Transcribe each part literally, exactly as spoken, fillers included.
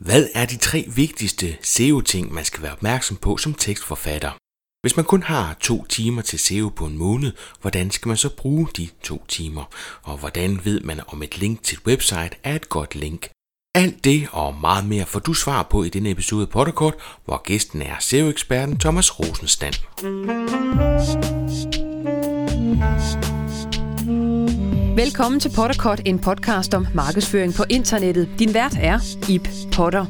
Hvad er de tre vigtigste S E O-ting, man skal være opmærksom på som tekstforfatter? Hvis man kun har to timer til S E O på en måned, hvordan skal man så bruge de to timer? Og hvordan ved man, om et link til et website er et godt link? Alt det og meget mere får du svar på i denne episode af Potterkort, hvor gæsten er S E O-eksperten Thomas Rosenstand. Velkommen til Potterkort, en podcast om markedsføring på internettet. Din vært er Ib Potter.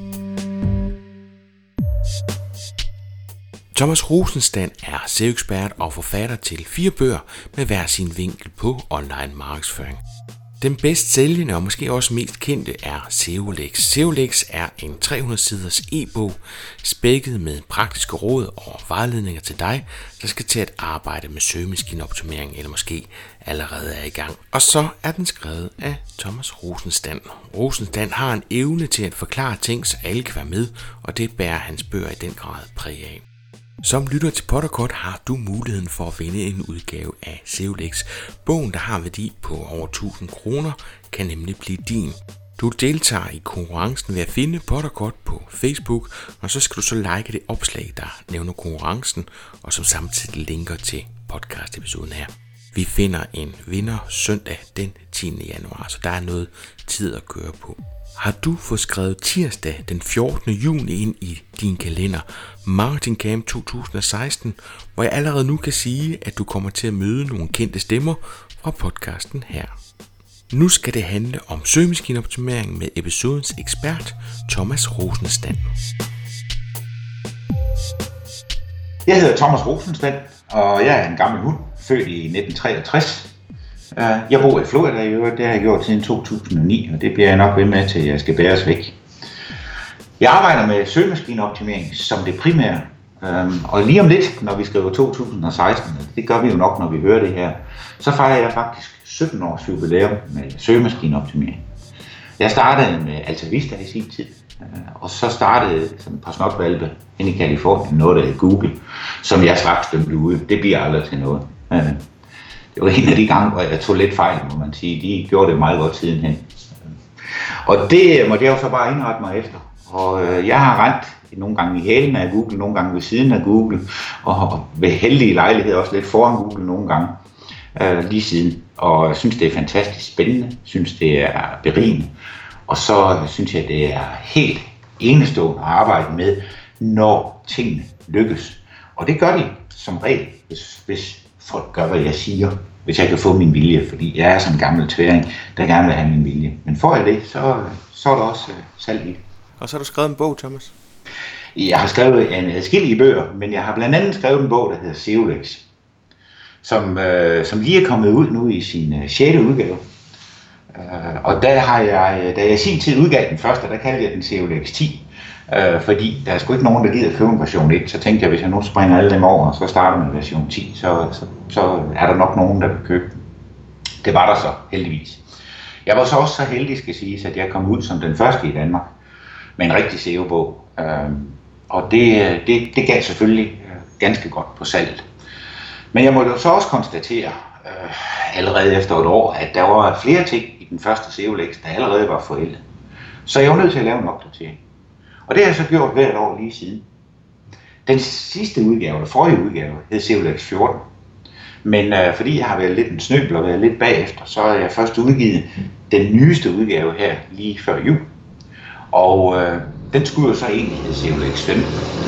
Thomas Rosenstand er S E O-ekspert og forfatter til fire bøger med hver sin vinkel på online markedsføring. Den bedst sælgende og måske også mest kendte er SEOlex. SEOlex er en tre hundrede siders e-bog, spækket med praktiske råd og vejledninger til dig, der skal til at arbejde med søgemaskineoptimering eller måske allerede er i gang. Og så er den skrevet af Thomas Rosenstand. Rosenstand har en evne til at forklare ting, så alle kan være med, og det bærer hans bøger i den grad præg af. Som lytter til Potterkort har du muligheden for at vinde en udgave af SEOlex. Bogen, der har værdi på over tusind kroner, kan nemlig blive din. Du deltager i konkurrencen ved at finde Potterkort på Facebook, og så skal du så like det opslag, der nævner konkurrencen, og som samtidig linker til podcast-episoden her. Vi finder en vinder søndag den tiende januar, så der er noget tid at køre på. Har du fået skrevet tirsdag den fjortende juni ind i din kalender, Marketing Camp to tusind og seksten, hvor jeg allerede nu kan sige, at du kommer til at møde nogle kendte stemmer fra podcasten her. Nu skal det handle om søgemaskineoptimering med episodens ekspert, Thomas Rosenstand. Jeg hedder Thomas Rosenstand, og jeg er en gammel hund, født i nitten treogtres. Jeg bor i Florida i øvrigt, det har jeg gjort siden to tusind og ni, og det bliver jeg nok ved med, til jeg skal bæres væk. Jeg arbejder med søgemaskineoptimering som det primære, og lige om lidt, når vi skriver to tusind og seksten, det gør vi jo nok, når vi hører det her, så fejrer jeg faktisk sytten års jubilæum med søgemaskineoptimering. Jeg startede med Alta Vista i sin tid, og så startede sådan et par snotvalpe inde i Californien, noget der hed Google, som jeg straks dømte ude. Det bliver aldrig til noget. Det var en af de gange, hvor jeg tog lidt fejl, må man sige. De gjorde det meget godt sidenhen. Og det måtte jeg jo så bare indrette mig efter. Og jeg har rendt nogle gange i hælen af Google, nogle gange ved siden af Google, og ved heldige lejligheder også lidt foran Google nogle gange, øh, lige siden. Og jeg synes, det er fantastisk spændende, synes det er berigende. Og så synes jeg, det er helt enestående at arbejde med, når tingene lykkes. Og det gør de som regel, hvis, hvis folk gør, hvad jeg siger, hvis jeg kan få min vilje, fordi jeg er sådan en gammel tværing, der gerne vil have min vilje. Men får jeg det, så, så er der også uh, salg i det. Og så har du skrevet en bog, Thomas? Jeg har skrevet en adskillige bøger, men jeg har blandt andet skrevet en bog, der hedder SEOlex, som, uh, som lige er kommet ud nu i sin uh, sjette udgave. Uh, og der har jeg, da jeg sin tid udgav den første, der kaldte jeg den SEOlex ti. Øh, fordi der er sgu ikke nogen, der gider købe en version et, så tænkte jeg, hvis jeg nu springer alle dem over, og så starter med version ti, så, så, så er der nok nogen, der vil købe den. Det var der så, heldigvis. Jeg var så også så heldig, skal siges, at jeg kom ud som den første i Danmark med en rigtig S E O-bog. Øh, og det, det, det gav selvfølgelig ganske godt på salget. Men jeg måtte jo så også konstatere, øh, allerede efter et år, at der var flere ting i den første SEOlex, der allerede var forældet. Så jeg var nødt til at lave en opdatering. Og det har jeg så gjort hvert år lige siden. Den sidste udgave, eller forrige udgave, hed SEOlex fjorten. Men øh, fordi jeg har været lidt en snøbel og været lidt bagefter, så har jeg først udgivet den nyeste udgave her lige før jul. Og øh, den skulle jo så egentlig hedde SEOlex femten.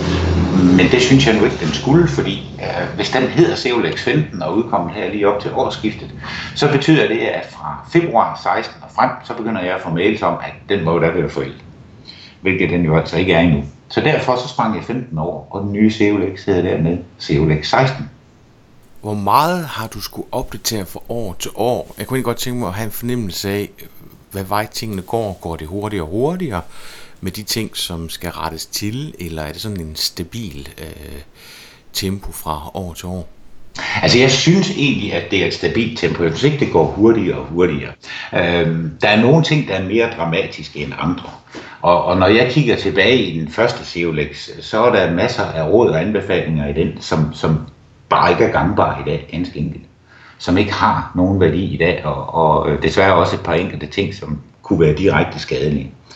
Men det synes jeg nu ikke, den skulle, fordi øh, hvis den hedder SEOlex femten og udkommet her lige op til årsskiftet, så betyder det, at fra februar seksten og frem, så begynder jeg at få mails om, at den må da være forældet. Hvilket den jo altså ikke er endnu. Så derfor så sprang jeg femten år, og den nye SEOlex hedder dernede SEOlex seksten. Hvor meget har du skulle opdatere fra år til år? Jeg kunne ikke godt tænke mig at have en fornemmelse af, hvad vej tingene går. Går det hurtigere og hurtigere med de ting, som skal rettes til, eller er det sådan en stabil øh, tempo fra år til år? Altså jeg synes egentlig, at det er et stabilt tempo. Jeg synes ikke, det går hurtigere og hurtigere. Øhm, der er nogle ting, der er mere dramatiske end andre. Og, og når jeg kigger tilbage i den første SEOlex, så er der masser af råd og anbefalinger i den, som, som bare ikke er gangbare i dag, ganske enkelt. Som ikke har nogen værdi i dag, og, og desværre også et par enkelte ting, som kunne være direkte skadelige.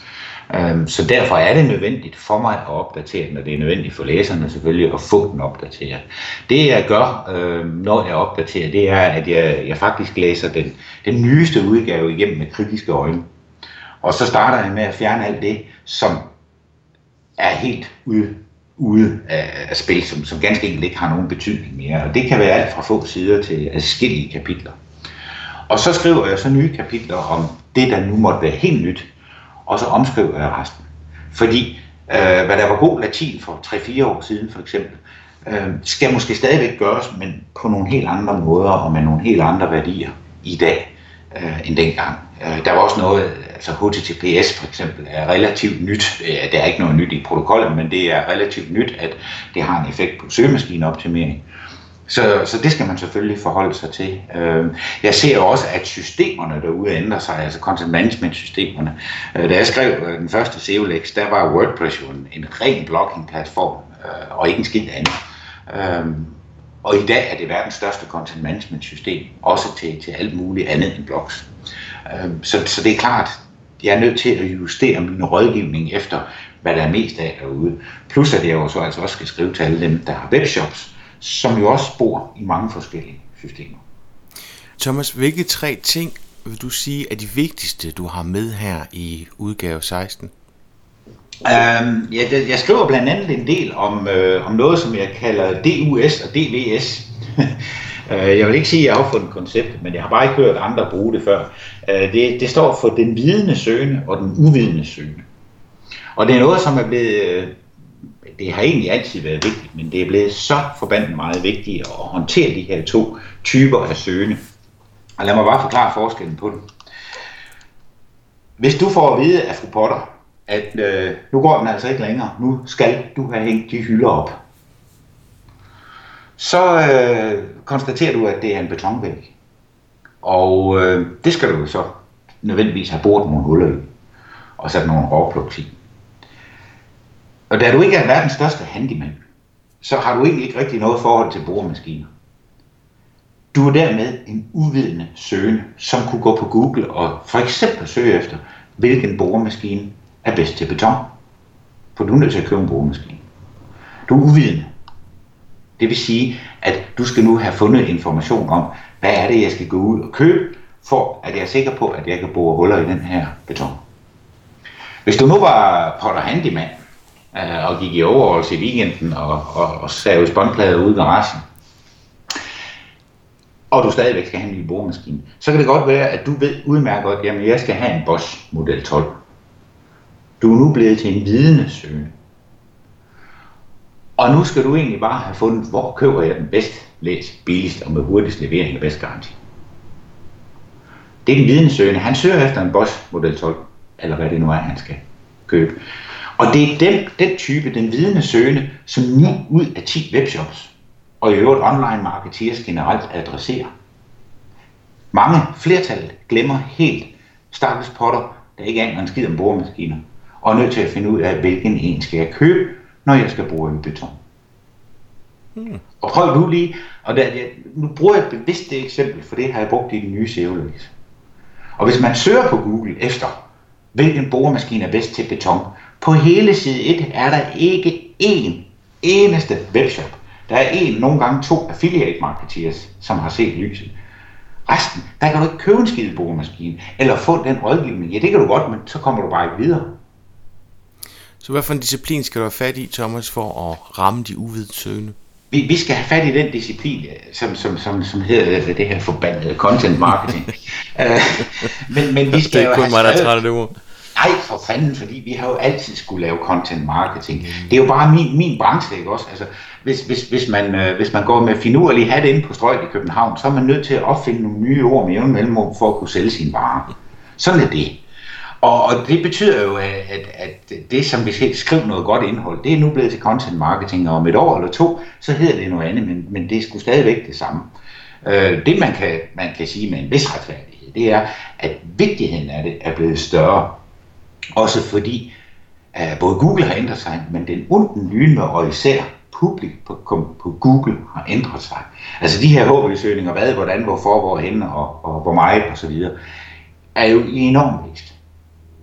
Øhm, så derfor er det nødvendigt for mig at opdatere den, og det er nødvendigt for læserne selvfølgelig at få den opdateret. Det jeg gør, øh, når jeg opdaterer, det er, at jeg, jeg faktisk læser den, den nyeste udgave igennem med kritiske øjne. Og så starter jeg med at fjerne alt det, som er helt ude, ude af, af spil, som, som ganske enkelt ikke har nogen betydning mere. Og det kan være alt fra få sider til adskillige kapitler. Og så skriver jeg så nye kapitler om det, der nu måtte være helt nyt, og så omskriver jeg resten. Fordi, øh, hvad der var god latin for tre fire år siden for eksempel, øh, skal måske stadigvæk gøres, men på nogle helt andre måder og med nogle helt andre værdier i dag øh, end dengang. Øh, der var også noget, altså H T T P S for eksempel er relativt nyt. Øh, der er ikke noget nyt i protokollen, men det er relativt nyt, at det har en effekt på søgemaskineoptimering. Så, så det skal man selvfølgelig forholde sig til. Jeg ser jo også, at systemerne derude ændrer sig, altså content management systemerne. Da jeg skrev den første S E O Lex, der var WordPress jo en, en ren blogging-platform, og ikke en skidt andet. Og i dag er det verdens største content management system, også til, til alt muligt andet end blogs. Så, så det er klart, jeg er nødt til at justere min rådgivning efter, hvad der er mest af derude. Plus at jeg jo så altså også skal skrive til alle dem, der har webshops, som jo også bor i mange forskellige systemer. Thomas, hvilke tre ting vil du sige er de vigtigste, du har med her i udgave seksten? Um, jeg, jeg skriver blandt andet en del om, øh, om noget, som jeg kalder D U S og D V S. Jeg vil ikke sige, at jeg har opfundet konceptet, men jeg har bare ikke hørt andre bruge det før. Det, det står for den vidende søgende og den uvidende søgende. Og det er noget, som er blevet... Det har egentlig altid været vigtigt, men det er blevet så forbandet meget vigtigt at håndtere de her to typer af søgende. Og lad mig bare forklare forskellen på dem. Hvis du får at vide af fru Potter, at øh, nu går den altså ikke længere, nu skal du have hængt de hylder op, så øh, konstaterer du, at det er en betonvæg. Og øh, det skal du så nødvendigvis have boret nogle huller i, og sat nogle råplugs i. Og da du ikke er verdens største handyman, så har du egentlig ikke rigtig noget forhold til boremaskiner. Du er dermed en uvidende søgende, som kunne gå på Google og for eksempel søge efter, hvilken boremaskine er bedst til beton. For du er nødt til at købe en boremaskine. Du er uvidende. Det vil sige, at du skal nu have fundet information om, hvad er det, jeg skal gå ud og købe, for at jeg er sikker på, at jeg kan bore huller i den her beton. Hvis du nu var Potter Handyman, og gik i overholds i weekenden og, og, og savede spåndplader ude i garagen, og du stadigvæk skal have en ny boremaskine, så kan det godt være, at du ved udmærket godt, jamen jeg skal have en Bosch Model tolv. Du er nu blevet til en vidende søgende. Og nu skal du egentlig bare have fundet, hvor køber jeg den bedst, læst, billigst og med hurtigst levering og bedst garanti. Det er den vidende søgende. Han søger efter en Bosch Model tolv, eller hvad det nu er, han skal købe. Og det er den, den type, den vidende søgende, som ni ud af ti webshops, og i øvrigt online marketeers generelt adresserer. Mange, flertallet, glemmer helt stakkels Potter, der ikke aner en skid om boremaskiner, og er nødt til at finde ud af, hvilken en skal jeg købe, når jeg skal bruge en beton. Hmm. Og prøv du lige, og der, jeg, nu bruger jeg bevidst det eksempel, for det har jeg brugt i den nye S E O Lex. Og hvis man søger på Google efter, hvilken boremaskine er bedst til beton, på hele side et er der ikke én eneste webshop. Der er en, nogle gange to affiliate marketeers, som har set lyset. Resten, der kan du ikke købe en skide boremaskine, eller få den rådgivning. Ja, det kan du godt, men så kommer du bare ikke videre. Så hvad for en disciplin skal du have fat i, Thomas, for at ramme de uvidende søgende? Vi, vi skal have fat i den disciplin, som, som, som, som hedder det her forbandede content marketing. men, men vi skal det er kun mig, der er træt af det ord. Nej, for fanden, fordi vi har jo altid skulle lave content marketing. Det er jo bare min, min branche, ikke også? Altså, hvis, hvis, hvis, man, øh, hvis man går med finurlig hat inde på Strøget i København, så er man nødt til at opfinde nogle nye ord med jævne mellemrum for at kunne sælge sine varer. Sådan er det. Og, og det betyder jo, at, at det, som vi skal skrive noget godt indhold, det er nu blevet til content marketing, og om et år eller to, så hedder det noget andet, men, men det er sgu stadigvæk det samme. Øh, det man kan, man kan sige med en vis retfærdighed, det er, at vigtigheden af det er blevet større. Også fordi uh, både Google har ændret sig, men den onde lyne og især publikum på, på Google har ændret sig. Altså de her H P-søgninger, hvad, hvordan, hvorfor, hvorhen og, og hvor meget osv., er jo i enorm vækst.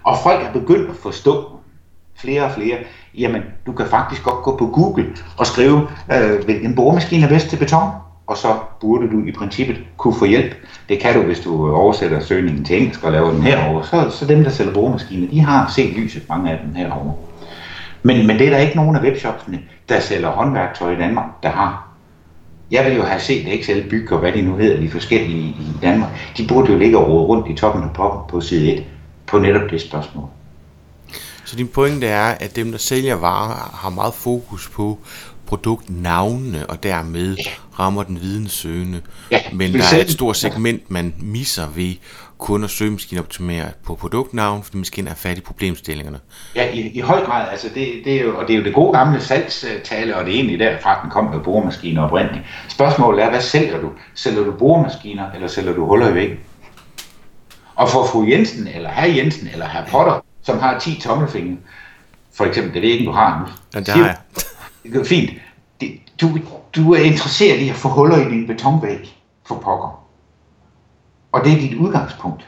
Og folk er begyndt at forstå, flere og flere, jamen du kan faktisk godt gå på Google og skrive, øh, hvilken boremaskine er bedst til beton, og så burde du i princippet kunne få hjælp. Det kan du, hvis du oversætter søgningen til engelsk og laver den herover. Så, så dem, der sælger boremaskiner, de har set lyset, mange af dem herover. Men, men det er der ikke nogen af webshopsene, der sælger håndværktøj i Danmark, der har. Jeg vil jo have set Excel Byg og hvad de nu hedder, de forskellige i Danmark. De burde jo ligge og rode rundt i toppen af poppen på side et på netop det spørgsmål. Så din pointe er, at dem, der sælger varer, har meget fokus på produktnavnene, og dermed rammer den vidensøgende. Ja, men der er et stort segment, man misser ved kun at søgemaskineoptimere på produktnavn, fordi man skal have fat i problemstillingerne. Ja, i, i høj grad. Altså det, det er jo, og det er jo det gode gamle salgstale, og det er egentlig derfra, den kom med boremaskiner oprindeligt. Spørgsmålet er, hvad sælger du? Sælger du boremaskiner, eller sælger du huller i væggen? Og for fru Jensen, eller herr Jensen, eller herr Potter, som har ti tommelfingre, for eksempel, det er ikke, du har nu. Ja, det har jeg. Fint. Du, du er interesseret i at få huller i din betonvæg for pokker. Og det er dit udgangspunkt.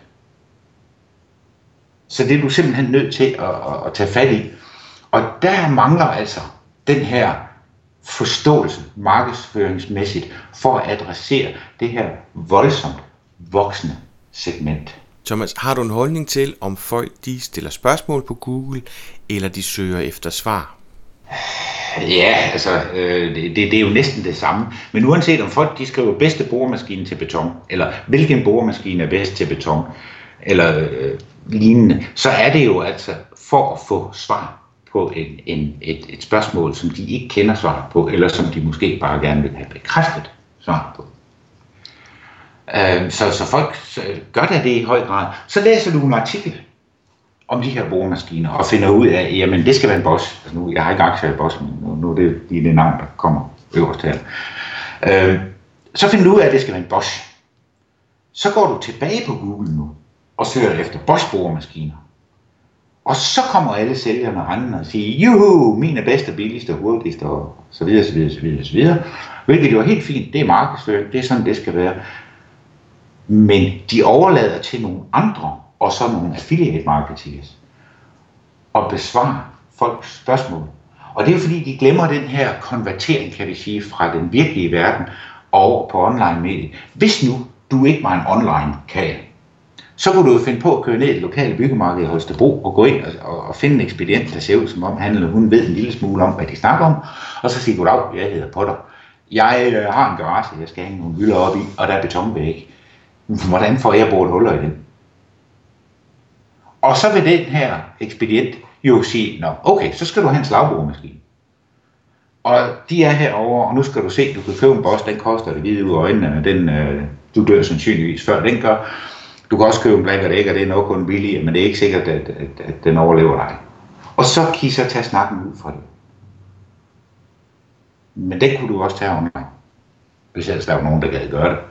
Så det er du simpelthen nødt til at, at, at tage fat i. Og der mangler altså den her forståelse markedsføringsmæssigt for at adressere det her voldsomt voksende segment. Thomas, har du en holdning til, om folk de stiller spørgsmål på Google, eller de søger efter svar? Ja, altså, øh, det, det er jo næsten det samme. Men uanset om folk de skriver bedste boremaskine til beton, eller hvilken boremaskine er bedst til beton, eller øh, lignende, så er det jo altså for at få svar på en, en, et, et spørgsmål, som de ikke kender svar på, eller som de måske bare gerne vil have bekræftet svar på. Øh, så, så folk gør da det i høj grad. Så læser du en artikel om de her boremaskiner, og finder ud af, jamen det skal være en Bosch. Altså nu, jeg har ikke aktier i Bosch, men nu, nu er det lige det navn, der kommer øverst her. Øh, så finder du ud af, at det skal være en Bosch. Så går du tilbage på Google nu, og søger efter Bosch boremaskiner. Og så kommer alle sælgerne rendende og siger, juhu, min er bedste, billigste, hurtigste, og så videre, så videre, så videre, så videre. Hvilket jo er helt fint, det er markedsføring, det er sådan, det skal være. Men de overlader til nogle andre, og så nogle affiliate marketers, og besvare folks spørgsmål. Og det er jo fordi, de glemmer den her konvertering, kan vi sige, fra den virkelige verden over på online-medier. Hvis nu du ikke var en online-kal, så kunne du jo finde på at køre ned i et lokale byggemarked i Holstebro og gå ind og, og finde en ekspedient, der ser ud som om han eller hun ved en lille smule om, hvad de snakker om, og så siger, goddag, jeg hedder Potter. Jeg øh, har en garage, jeg skal hænge nogle hylder op i, og der er betonvæg. Hvordan får jeg boret huller i den? Og så vil den her ekspedient jo sige, nå okay, så skal du have en slagboremaskine. Og de er herovre, og nu skal du se, du kan købe en Bosch, den koster det hvide ud af øjnene, den, øh, du dør sandsynligvis før den gør. Du kan også købe en Black and Decker, det er nok kun billigere, men det er ikke sikkert, at, at, at den overlever dig. Og så kan I så tage snakken ud fra det. Men det kunne du også tage online, hvis ellers der var nogen, der gad gøre det.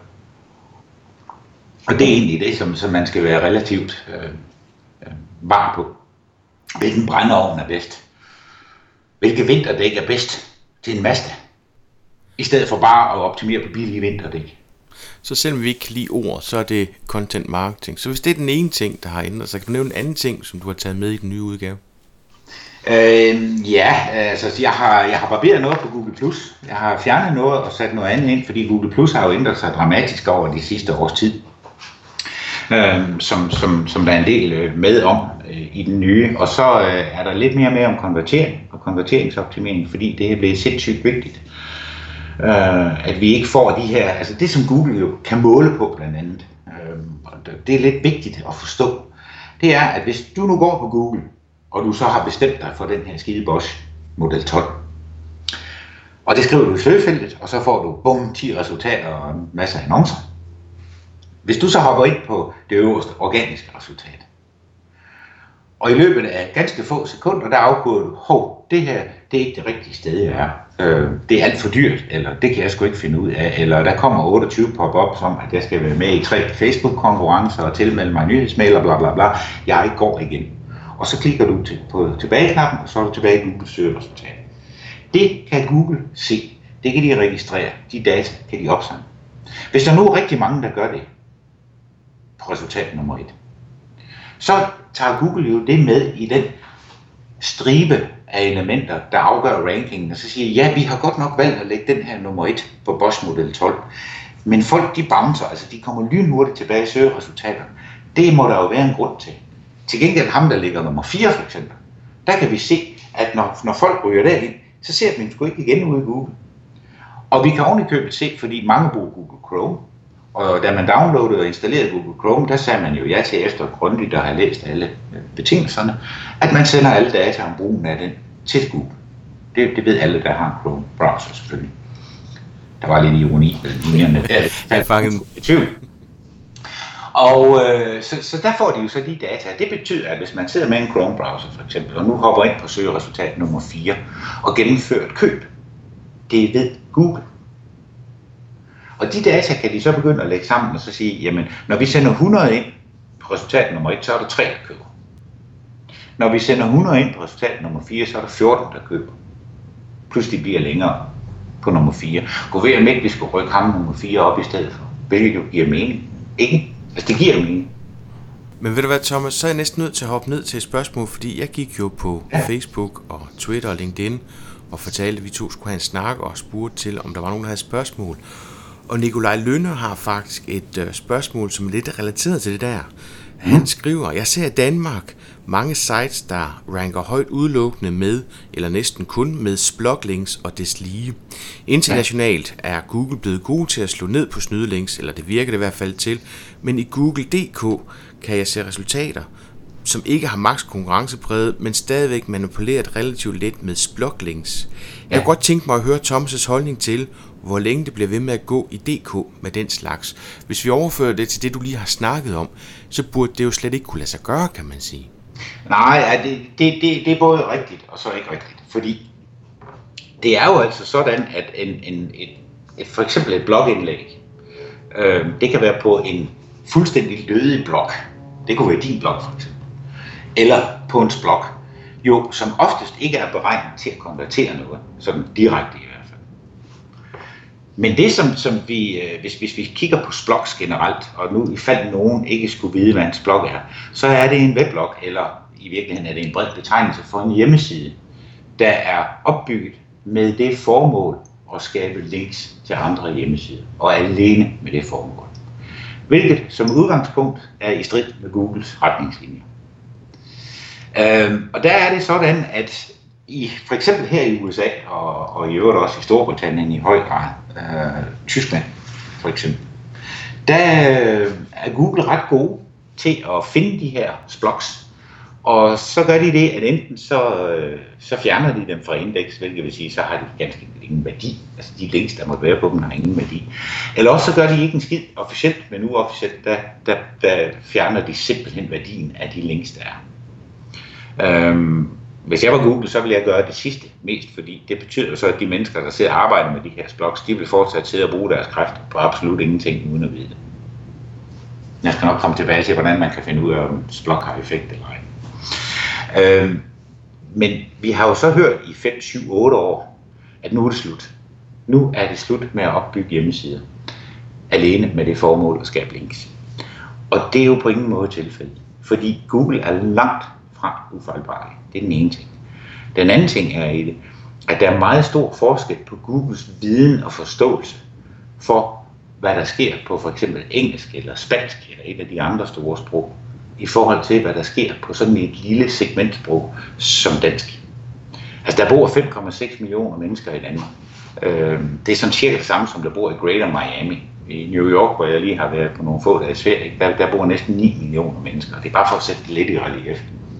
Og det er egentlig det, som, som man skal være relativt øh, øh, var på. Hvilken brændeovn er bedst? Hvilke vinterdæk er bedst til en Mazda? I stedet for bare at optimere på billige vinterdæk. Så selvom vi ikke kan lide ord, så er det content marketing. Så hvis det er den ene ting, der har ændret sig, kan du nævne en anden ting, som du har taget med i den nye udgave? Øh, ja, altså jeg har, jeg har barberet noget på Google plus. Jeg har fjernet noget og sat noget andet ind, fordi Google plus har jo ændret sig dramatisk over de sidste års tid. Øh, som, som, som der er en del med om øh, i den nye. Og så øh, er der lidt mere med om konvertering og konverteringsoptimering, fordi det er blevet sindssygt vigtigt. Øh, at vi ikke får de her, altså det som Google jo kan måle på blandt andet, øh, og det er lidt vigtigt at forstå, det er, at hvis du nu går på Google, og du så har bestemt dig for den her skide Bosch Model tolv, og det skriver du i søgefeltet, og så får du bum, ti resultater og en masse annoncer. Hvis du så hopper ind på det øverste organiske resultat, og i løbet af ganske få sekunder, der afkoder du, hov, det her, det er ikke det rigtige sted, jeg er. Øh, det er alt for dyrt, eller det kan jeg sgu ikke finde ud af, eller der kommer otteogtyve pop-ups om, at jeg skal være med i tre Facebook-konkurrencer og tilmelde mig nyhedsmail og bla bla bla. Jeg ikke går igen. Og så klikker du til, på tilbage-knappen, og så er du tilbage i Google søgeresultat. Det kan Google se. Det kan de registrere. De data kan de opsamle. Hvis der nu er rigtig mange, der gør det på resultat nummer et, så tager Google jo det med i den stribe af elementer, der afgør rankingen, og så siger ja, vi har godt nok valgt at lægge den her nummer et på Bosch Model tolv, men folk de bouncer, altså de kommer lynhurtigt tilbage i søgeresultaterne. Det må der jo være en grund til. Til gengæld ham, der ligger nummer fire for eksempel, der kan vi se, at når, når folk ryger derind, så ser vi dem sgu ikke igen ude i Google. Og vi kan ovenikøbet se, fordi mange bruger Google Chrome, og da man downloadede og installerede Google Chrome, der sagde man jo ja til efter grundigt at have læst alle betingelserne, at man sender alle data om brugen af den til Google. Det, det ved alle, der har en Chrome browser selvfølgelig. Der var lidt ironi mellem linjerne. Jeg fangede i tvivl. Og øh, så, så der får de jo så de data. Det betyder, at hvis man sidder med en Chrome browser for eksempel, og nu hopper ind på søgeresultat nummer fire og gennemfører et køb, det ved Google. Og de data kan de så begynde at lægge sammen og så sige, jamen når vi sender hundrede ind på resultat nummer et, så er der tre, der køber. Når vi sender hundrede ind på resultat nummer fire, så er der fjorten, der køber. Plus de bliver længere på nummer fire. Gå ved om ikke vi skulle rykke ham nummer fire op i stedet for, hvilket jo giver mening. Ikke? Altså det giver mening. Men ved du hvad, Thomas, så er jeg næsten nødt til at hoppe ned til et spørgsmål, fordi jeg gik jo på ja. Facebook og Twitter og LinkedIn og fortalte, at vi to skulle have en snak og spurgte til, om der var nogen, der havde spørgsmål. Og Nikolaj Lønne har faktisk et øh, spørgsmål, som er lidt relateret til det der. Han mm. skriver, jeg ser i Danmark mange sites, der ranker højt udelukkende med, eller næsten kun med sploglinks og deslige. Internationalt er Google blevet god til at slå ned på snydelinks, eller det virker det i hvert fald til, men i Google punktum d k kan jeg se resultater, som ikke har maks konkurrencepræget, men stadigvæk manipuleret relativt let med sploglinks. Jeg kunne godt tænke mig at høre Thomas' holdning til, hvor længe det bliver ved med at gå i D K med den slags. Hvis vi overfører det til det, du lige har snakket om, så burde det jo slet ikke kunne lade sig gøre, kan man sige. Nej, ja, det, det, det, det er både rigtigt og så ikke rigtigt. Fordi det er jo altså sådan, at en, en, et, et, for eksempel et blogindlæg, øh, det kan være på en fuldstændig lødig blog. Det kunne være din blog for eksempel. Eller på en blog, jo, som oftest ikke er beregnet til at konvertere noget, sådan direkte i hvert fald. Men det, som, som vi, hvis, hvis vi kigger på blogs generelt, og nu i fald nogen ikke skulle vide, hvad en blog er, så er det en weblog, eller i virkeligheden er det en bred betegnelse for en hjemmeside, der er opbygget med det formål at skabe links til andre hjemmesider, og alene med det formål. Hvilket som udgangspunkt er i strid med Googles retningslinjer. Øhm, og der er det sådan, at i, for eksempel her i U S A, og, og i øvrigt også i Storbritannien i høj grad, øh, Tyskland for eksempel, der er Google ret gode til at finde de her blogs, og så gør de det, at enten så, øh, så fjerner de dem fra indeks, hvilket vil sige, så har de ganske ingen værdi, altså de links, der måtte være på dem, har ingen værdi. Eller også så gør de ikke en skid officielt, men uofficielt, der, der, der fjerner de simpelthen værdien af de links, der er. Øhm, hvis jeg var Google, så ville jeg gøre det sidste mest, fordi det betyder så, at de mennesker, der sidder og arbejder med de her blogs, de vil fortsat sidde og bruge deres kræfter på absolut ingenting uden at vide det. Jeg skal nok komme tilbage til, hvordan man kan finde ud af, om blog har effekt eller ej. Øhm, men vi har jo så hørt i fem, syv, otte år, at nu er det slut. Nu er det slut med at opbygge hjemmesider, alene med det formål at skabe links. Og det er jo på ingen måde tilfældet, fordi Google er langt fra ufejlbarlig. Det er den ene ting. Den anden ting er i det, at der er meget stor forskel på Googles viden og forståelse for, hvad der sker på for eksempel engelsk eller spansk eller et af de andre store sprog, i forhold til, hvad der sker på sådan et lille segmentsprog som dansk. Altså, der bor fem komma seks millioner mennesker i Danmark. Det er sådan cirka det samme, som der bor i Greater Miami. I New York, hvor jeg lige har været på nogle få dages ferie, der, der bor næsten ni millioner mennesker. Det er bare for at sætte det lidt i relief.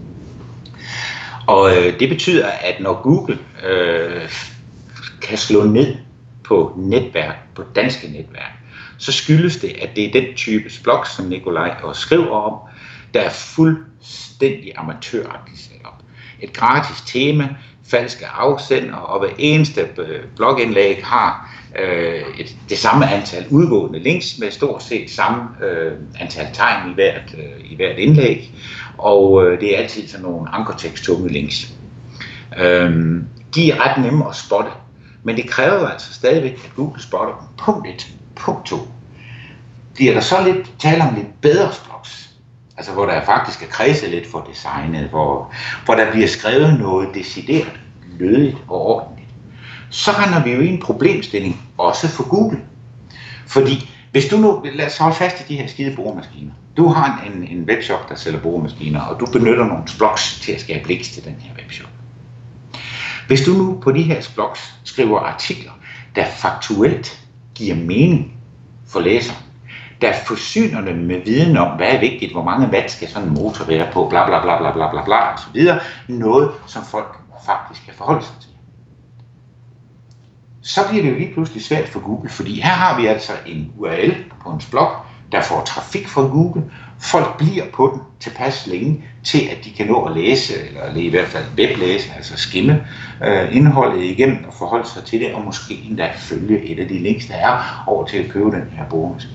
Og øh, det betyder, at når Google øh, kan slå ned på netværk, på danske netværk, så skyldes det, at det er den type blog, som Nikolaj også skriver om, der er fuldstændig amatøragtigt sat op. Et gratis tema, falske afsender, og hver eneste blogindlæg har øh, et, det samme antal udgående links med stort set samme øh, antal tegn i hvert, øh, i hvert indlæg, og øh, det er altid sådan nogle ankerteksttunge links. Øh, de er ret nemme at spotte, men det kræver altså stadigvæk, at Google spotter dem. Punkt et. Punkt to. Bliver der så lidt tale om lidt bedre blogs, altså hvor der faktisk er kredset lidt for designet, hvor, hvor der bliver skrevet noget decideret, lødigt og ordentligt, så render vi jo i en problemstilling, også for Google. Fordi hvis du nu, lad os holde fast i de her skide boremaskiner. Du har en, en webshop, der sælger boremaskiner, og du benytter nogle blogs til at skabe links til den her webshop. Hvis du nu på de her blogs skriver artikler, der faktuelt giver mening for læseren, der forsyner dem med viden om, hvad er vigtigt, hvor mange watt skal sådan en motor være på, bla bla bla bla bla bla bla og så videre, noget som folk faktisk kan forholde sig til. Så bliver det jo lige pludselig svært for Google, fordi her har vi altså en U R L på en blog, der får trafik fra Google. Folk bliver på den tilpas længe til, at de kan nå at læse, eller i hvert fald weblæse, altså skimme øh, indholdet igennem og forholde sig til det, og måske endda følge et af de links, der er over til at købe den her boremaskine.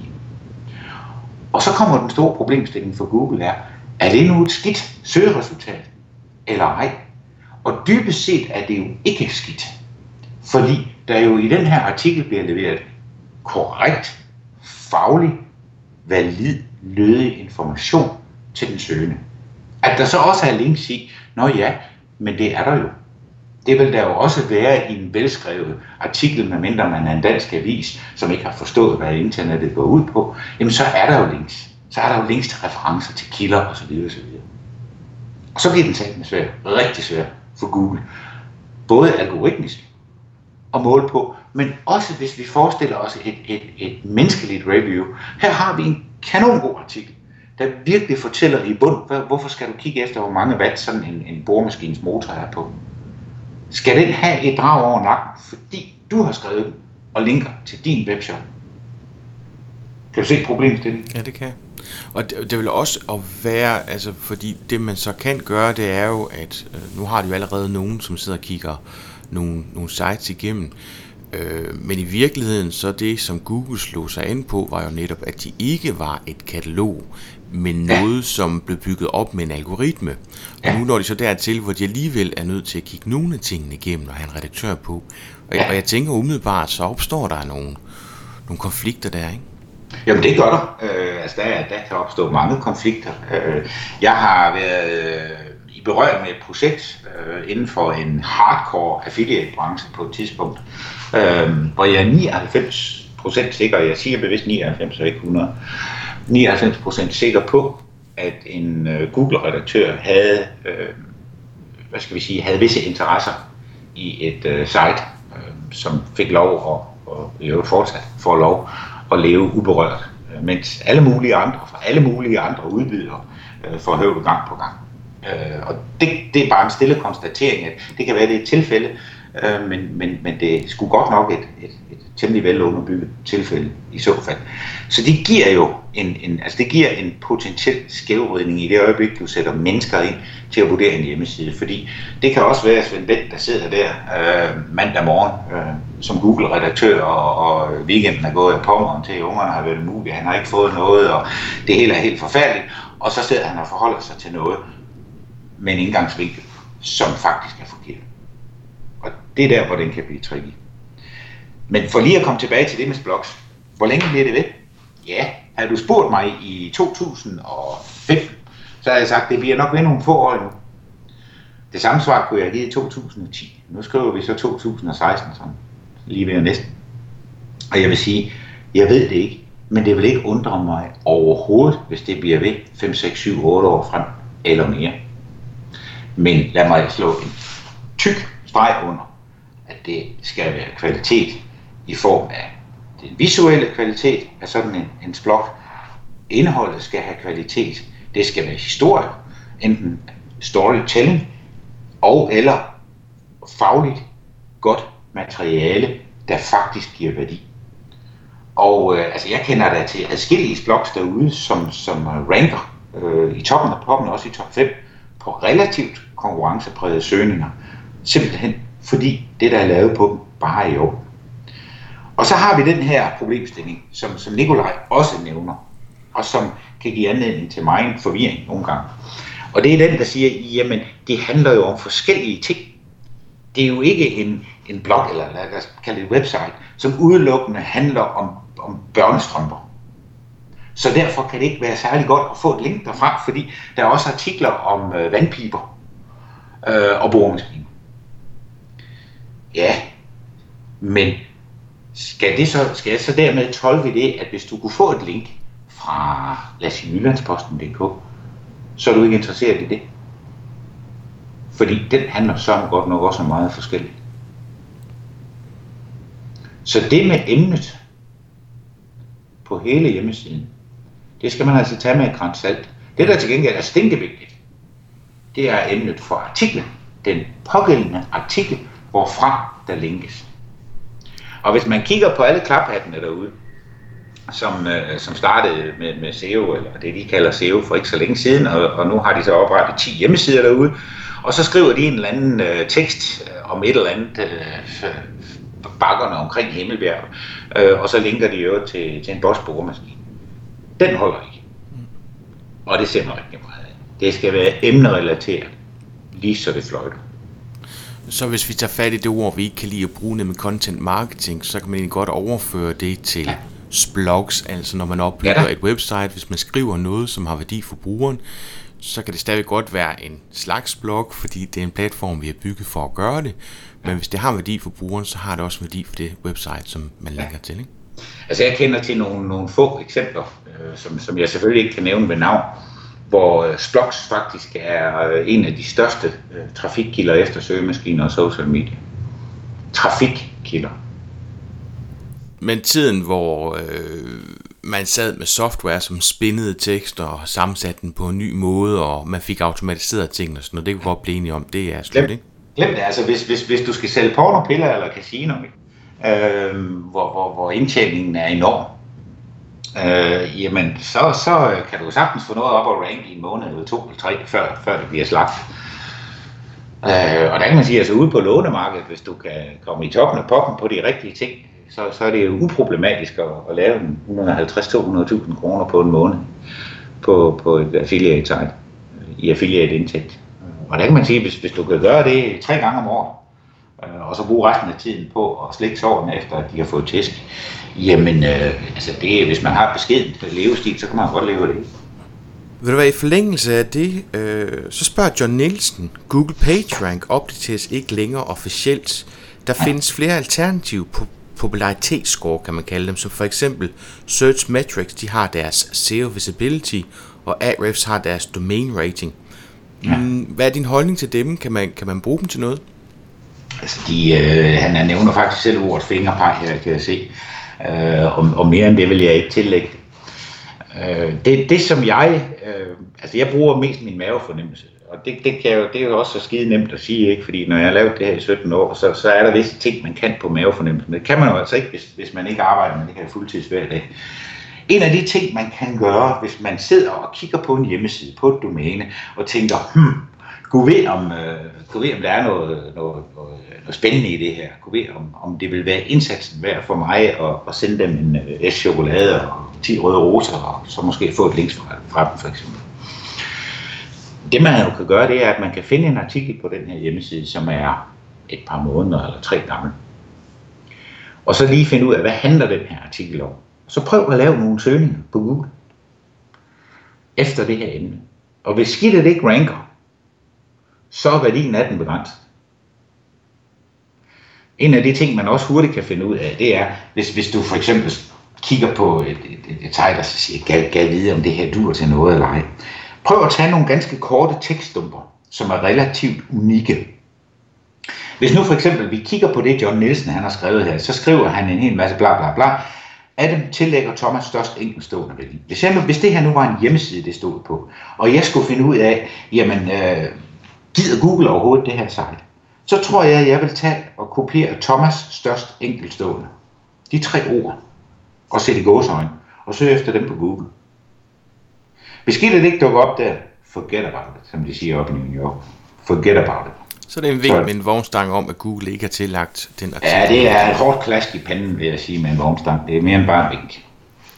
Og så kommer den store problemstilling for Google her. Er det nu et skidt søgeresultat, eller ej? Og dybest set er det jo ikke skidt. Fordi der jo i den her artikel bliver leveret korrekt, faglig, valid, lødig information til den søgende. At der så også er links i, nå ja, men det er der jo. Det vil der jo også være i en velskrevet artikel, medmindre man er en dansk avis, som ikke har forstået, hvad internettet går ud på, jamen så er der jo links. Så er der jo links til referencer, til kilder osv. osv. Og så bliver den talt med svær, rigtig svær for Google. Både algoritmisk at måle på, men også hvis vi forestiller os et, et, et menneskeligt review. Her har vi en kanongod artikel, der virkelig fortæller i bund, hvorfor skal du kigge efter, hvor mange watt sådan en, en boremaskines motor er på. Skal den have et drag over nakken, fordi du har skrevet den og linker til din webshop? Kan du se problemstillingen? Ja, det kan. Og det, det vil også at være, altså fordi det man så kan gøre, det er jo, at øh, nu har de jo allerede nogen, som sidder og kigger nogle, nogle sites igennem, øh, men i virkeligheden så det, som Google slog sig ind på, var jo netop, at de ikke var et katalog, men noget, ja. som blev bygget op med en algoritme. Og ja. nu når de så dertil, hvor de alligevel er nødt til at kigge nogle af tingene igennem og have en redaktør på. Og jeg, ja. og jeg tænker umiddelbart, så opstår der nogle, nogle konflikter der, ikke? Jamen det gør der. Øh, altså der, der kan opstå mange konflikter. Øh, jeg har været øh, i berøring med et projekt øh, inden for en hardcore affiliate-branche på et tidspunkt, øh, hvor jeg er nioghalvfems procent sikker, jeg siger bevidst nioghalvfems og ikke hundrede, nioghalvfems procent sikker på, at en øh, Google-redaktør havde, øh, hvad skal vi sige, havde visse interesser i et øh, site, øh, som fik lov at, og i øvrigt fortsat får lov at leve uberørt, mens alle mulige andre, fra alle mulige andre udbydere øh, får høvlet gang på gang. Øh, og det, det er bare en stille konstatering, at det kan være, det er et tilfælde, øh, men, men, men det er sgu godt nok et, et, et temmelig velunderbygget tilfælde i så fald. Så det giver jo en, en, altså det giver en potentiel skævvridning i det øjeblik, du sætter mennesker ind til at vurdere en hjemmeside. Fordi det kan også være Svend Bæk, der sidder der øh, mandag morgen øh, som Google-redaktør, og, og weekenden er gået af pommeren til, ungerne har været mulige, han har ikke fået noget, og det hele er helt forfærdeligt. Og så sidder han og forholder sig til noget med en indgangsvinkel, som faktisk er forkert. Og det er der, hvor den kan blive tricky. Men for lige at komme tilbage til det med blogs, hvor længe bliver det ved? Ja, havde du spurgt mig i to tusind og fem, så havde jeg sagt, at det bliver nok ved nogle få år nu. Det samme svar kunne jeg have givet i to tusind og ti. Nu skriver vi så to tusind og seksten, sådan lige ved næsten. Og jeg vil sige, jeg ved det ikke, men det vil ikke undre mig overhovedet, hvis det bliver ved fem, seks, syv, otte år frem eller mere. Men lad mig slå en tyk streg under, at det skal være kvalitet i form af den visuelle kvalitet af sådan en, en blog. Indholdet skal have kvalitet. Det skal være historie, enten storytelling og eller fagligt godt materiale, der faktisk giver værdi. Og øh, altså jeg kender da til adskillige blogs derude, som, som ranker øh, i toppen af poppen, også i top fem, på relativt konkurrenceprægede søgninger. Simpelthen fordi det, der er lavet på dem, bare er i orden. Og så har vi den her problemstilling, som, som Nikolaj også nævner, og som kan give anledning til meget forvirring nogle gange. Og det er den, der siger, jamen det handler jo om forskellige ting. Det er jo ikke en, en blog, eller lad os kalde det et website, som udelukkende handler om, om børnestrømper. Så derfor kan det ikke være særlig godt at få et link derfra, fordi der er også artikler om øh, vandpiber øh, og boremaskiner. Ja, men skal, det så, skal jeg så dermed tolke det, at hvis du kunne få et link fra, lad os sige, Jyllandsposten punktum d k, så er du ikke interesseret i det? Fordi den handler så godt nok også meget forskelligt. Så det med emnet på hele hjemmesiden, det skal man altså tage med et gran salt. Det der til gengæld er stinkevigtigt, det er emnet for artiklen. Den pågældende artikel, hvorfra der linkes. Og hvis man kigger på alle klaphattene derude, som, øh, som startede med, med S E O, eller det de kalder S E O for ikke så længe siden, og, og nu har de så oprettet ti hjemmesider derude, og så skriver de en eller anden øh, tekst øh, om et eller andet øh, bakkerne omkring Himmelbjerg, øh, og så linker de jo til, til en Bosch boremaskine. Den holder ikke. Og det ser man rigtig meget af. Det skal være emnerelateret, lige så det fløjter. Så hvis vi tager fat i det ord, vi ikke kan lide at bruge, nemlig content marketing, så kan man egentlig godt overføre det til ja. blogs, altså når man opbygger ja, et website, hvis man skriver noget, som har værdi for brugeren, så kan det stadig godt være en slags blog, fordi det er en platform, vi har bygget for at gøre det, men hvis det har værdi for brugeren, så har det også værdi for det website, som man linker ja. til, ikke? Altså jeg kender til nogle, nogle få eksempler, øh, som, som jeg selvfølgelig ikke kan nævne ved navn, hvor øh, Splox faktisk er øh, en af de største øh, trafikkilder efter søgemaskiner og social media. Trafikkilder. Men tiden, hvor øh, man sad med software, som spindede tekster og sammensatte den på en ny måde, og man fik automatiseret tingene, så når det kunne godt blive enige om, det er slut, ikke? Glem det, altså hvis, hvis, hvis du skal sælge pornopiller eller casino, øh, hvor, hvor, hvor indtjeningen er enorm, øh, jamen så, så kan du sagtens få noget op og ranke i en måned eller to eller tre, før, før det bliver slagt. Øh, og der kan man sige, altså ude på lånemarkedet, hvis du kan komme i toppen af poppen på de rigtige ting, så, så er det jo uproblematisk at, at lave et hundrede og halvtreds til to hundrede tusind kroner på en måned på, på et affiliate site, i affiliate indtægt. Og der kan man sige, hvis, hvis du kan gøre det tre gange om året, øh, og så bruge resten af tiden på at slikke sårene efter, at de har fået tæsk, jamen, øh, altså det, hvis man har beskeden levestil, så kan man godt leve af det. Vil du være i forlængelse af det, øh, så spørger John Nielsen, Google PageRank opdateres ikke længere officielt. Der ja. findes flere alternative på popularitetsscore, kan man kalde dem, som for eksempel Searchmetrics, de har deres S E O Visibility, og Ahrefs har deres Domain Rating. Ja. Hvad er din holdning til dem? Kan man, kan man bruge dem til noget? Altså, de, øh, han nævner faktisk selv ordet fingerpeg her, kan jeg se. Øh, og, og mere end det vil jeg ikke tillægge. Øh, det, det som jeg, øh, altså jeg bruger mest min mavefornemmelse, og det, det, kan jo, det er jo også så skide nemt at sige, ikke? Fordi når jeg har lavet det her i sytten år, så, så er der visse ting, man kan på mavefornemmelsen. Men det kan man jo altså ikke, hvis, hvis man ikke arbejder med det her fuldtids hver dag. En af de ting, man kan gøre, hvis man sidder og kigger på en hjemmeside, på et domæne, og tænker, hmm, gå ved om, øh, gå ved, om der er noget, noget, noget, noget spændende i det her. Gå ved, om, om det vil være indsatsen værd for mig at, at sende dem en øh, chokolade og ti røde roser, og så måske få et link fra, fra dem, for eksempel. Det man jo kan gøre, det er, at man kan finde en artikel på den her hjemmeside, som er et par måneder eller tre gammel. Og så lige finde ud af, hvad handler den her artikel om. Så prøv at lave nogle søgninger på Google efter det her emne. Og hvis skidtet ikke ranker, så er værdien af den begrænset. En af de ting, man også hurtigt kan finde ud af, det er, hvis, hvis du for eksempel kigger på et, et, et, et site, der siger, gal, gal vide, om det her duer til noget eller ej. Prøv at tage nogle ganske korte tekststumper, som er relativt unikke. Hvis nu for eksempel vi kigger på det, John Nielsen han har skrevet her, så skriver han en hel masse bla bla bla. Adam tillægger Thomas størst enkeltstående værdi. Hvis, jeg, hvis det her nu var en hjemmeside, det stod på, og jeg skulle finde ud af, jamen, øh, gider Google overhovedet det her site, så tror jeg, at jeg vil tage og kopiere Thomas størst enkeltstående. De tre ord, og sætte i gåseøjne, og søge efter dem på Google. Hvis skidtet ikke dukker op der, forget about it, som de siger op i New York. Forget about it. Så det er en vink med en vognstang om, at Google ikke har tillagt den artikel. Ja, det er et hårdt klask i panden, vil jeg sige, med en vognstang. Det er mere end bare en vink.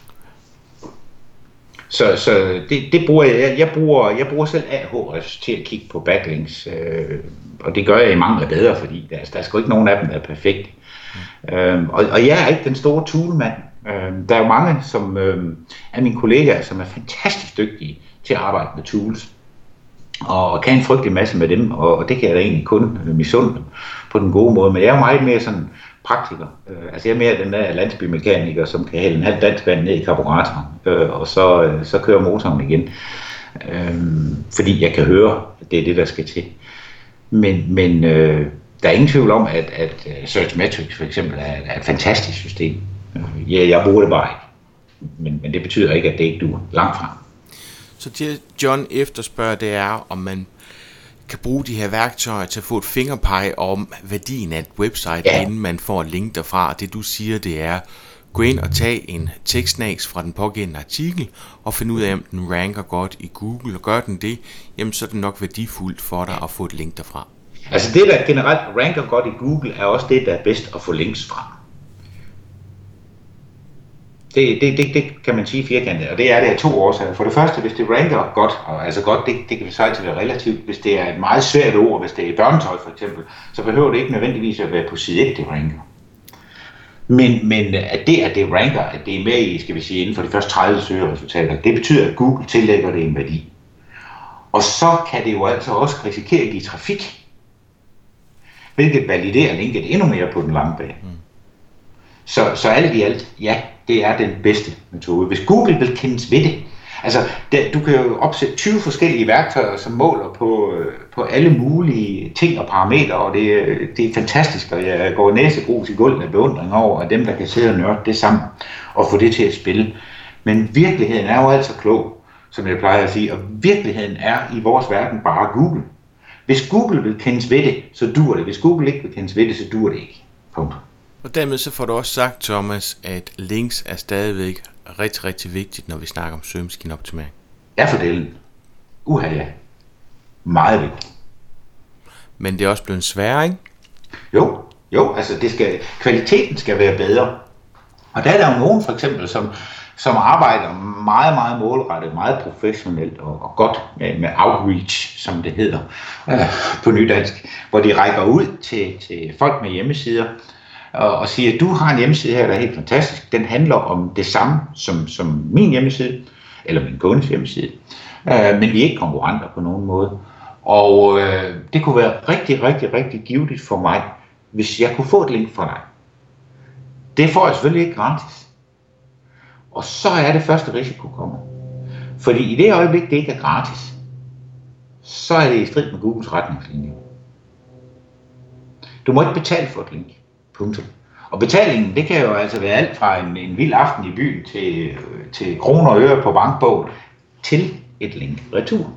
Så, så det, det bruger jeg. Jeg bruger, jeg bruger selv Ahrefs til at kigge på backlinks, øh, og det gør jeg i mange bedre, fordi der, der er sgu ikke nogen af dem, der er perfekte. Mm. Øhm, og, og jeg er ikke den store toolmand, Øh, der er jo mange som øh, af mine kollegaer, som er fantastisk dygtige til at arbejde med tools, og kan en frygtelig masse med dem, og det kan jeg da egentlig kun misunde dem på den gode måde. Men jeg er jo meget mere sådan praktiker. Øh, altså jeg er mere den der landsbymekaniker, som kan hælde en halv dansk vand ned i karburatoren, øh, og så, øh, så kører motoren igen. Øh, fordi jeg kan høre, at det er det, der skal til. Men, men øh, der er ingen tvivl om, at, at Searchmetrics for eksempel er, er et fantastisk system. Ja, jeg bruger det bare ikke. Men, men det betyder ikke, at det ikke duer langt fra. Så det John efterspørger, det er, om man kan bruge de her værktøjer til at få et fingerpege om værdien af et website, ja. Inden man får et link derfra. Det du siger, det er, gå ind og tage en tekstsnags fra den pågældende artikel, og finde ud af, om den ranker godt i Google, og gør den det, jamen så er det nok værdifuldt for dig at få et link derfra. Altså det, der generelt ranker godt i Google, er også det, der er bedst at få links fra. Det, det, det, det kan man sige firkantet, og det er det af to årsager. For det første, hvis det ranker godt, og altså godt, det, det kan vi så altid være relativt. Hvis det er et meget svært ord, hvis det er børnetøj for eksempel, så behøver det ikke nødvendigvis at være på side et, det ranker. Men, men at det, at det ranker, at det er med i, skal vi sige, inden for de første tredive søgeresultater, det betyder, at Google tillægger det en værdi. Og så kan det jo altså også risikere at give trafik, hvilket validerer linket endnu mere på den lange bane. Mm. Så, så alt i alt, ja, det er den bedste metode. Hvis Google vil kendes ved det, altså det, du kan jo opsætte tyve forskellige værktøjer, som måler på, på alle mulige ting og parametre, og det, det er fantastisk, og jeg går næsegrus i gulvet af beundring over, at dem, der kan sidde og nørde det sammen, og få det til at spille. Men virkeligheden er jo altså klog, som jeg plejer at sige, og virkeligheden er i vores verden bare Google. Hvis Google vil kendes ved det, så dur det. Hvis Google ikke vil kendes ved det, så dur det ikke. Punkt. Og dermed så får du også sagt, Thomas, at links er stadigvæk rigtig, rigtig vigtigt, når vi snakker om søgemaskineoptimering. Ja, for delen. Uha ja. Meget vigtigt. Men det er også blevet sværere, ikke? Jo, jo, altså det skal, kvaliteten skal være bedre. Og der er der jo nogen for eksempel, som, som arbejder meget, meget målrettet, meget professionelt og, og godt med, med outreach, som det hedder øh, på nydansk, hvor de rækker ud til, til folk med hjemmesider, og siger, at du har en hjemmeside her, der er helt fantastisk. Den handler om det samme som, som min hjemmeside, eller min kundes hjemmeside. Øh, men vi er ikke konkurrenter på nogen måde. Og øh, det kunne være rigtig, rigtig, rigtig givetigt for mig, hvis jeg kunne få et link fra dig. Det får jeg selvfølgelig ikke gratis. Og så er det første risiko kommer. Fordi i det øjeblik, det ikke er gratis, så er det i strid med Googles retningslinjer. Du må ikke betale for et link. Punktum. Og betalingen, det kan jo altså være alt fra en, en vild aften i byen til, til kroner og øre på bankbogen til et link retur.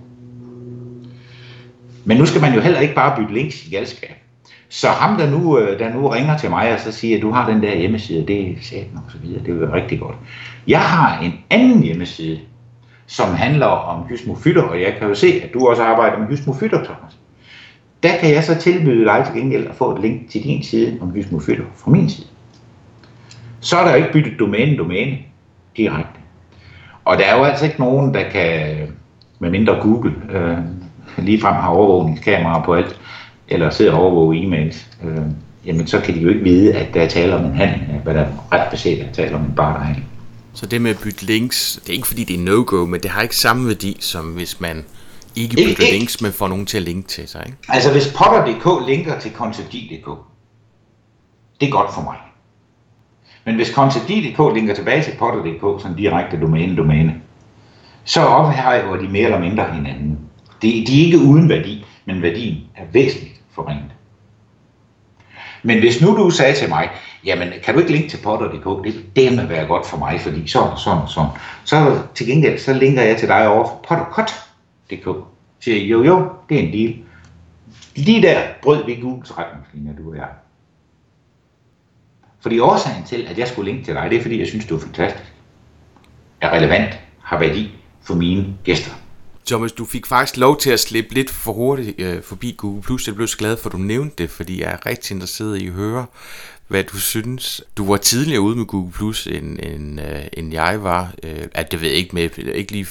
Men nu skal man jo heller ikke bare bytte links i galskab. Så ham, der nu, der nu ringer til mig og så siger, at du har den der hjemmeside, det er satan og så videre, det vil være rigtig godt. Jeg har en anden hjemmeside, som handler om Hysmofytter, og jeg kan jo se, at du også arbejder med Hysmofytter, Thomas. Der kan jeg så tilbyde dig til gengæld at få et link til din side om Hysmofytter fra min side. Så er der jo ikke byttet domæne-domæne direkte. Og der er jo altså ikke nogen, der kan, med mindre Google, øh, ligefrem har overvågningskameraer på alt, eller sidder og overvåger e-mails, øh, jamen så kan de jo ikke vide, at der er tale om en handel, hvad der er ret baseret, der er tale om en barterhandel. Så det med at bytte links, det er ikke fordi det er no-go, men det har ikke samme værdi, som hvis man ikke bytter ikke, links, men får nogen til at linke til sig, ikke? Altså hvis Potter punktum d k linker til Concept punktum d k, det er godt for mig. Men hvis Concept punktum d k linker tilbage til Potter punktum d k som direkte domæne-domæne, så ophæver de mere eller mindre hinanden. De, de er ikke uden værdi, men værdien er væsentligt forringet. Men hvis nu du sagde til mig, jamen kan du ikke linke til Potter punktum d k, det vil dæmme være godt for mig, fordi sådan, sådan, sådan. Så til gengæld, så linker jeg til dig over for Potter punktum d k. Siger jo jo, det er en deal. Lige der brød vi Googles retningslinjer, du og jeg. Fordi årsagen til, at jeg skulle linke til dig, det er fordi, jeg synes, du er fantastisk. Er relevant, har værdi for mine gæster. Thomas, du fik faktisk lov til at slippe lidt for hurtigt øh, forbi Google Plus. Jeg blev så glad for, at du nævnte det, fordi jeg er rigtig interesseret i at høre, hvad du synes. Du var tidligere ude med Google Plus, end, end, øh, end jeg var. Øh, at det ved jeg ikke med, ikke lige find,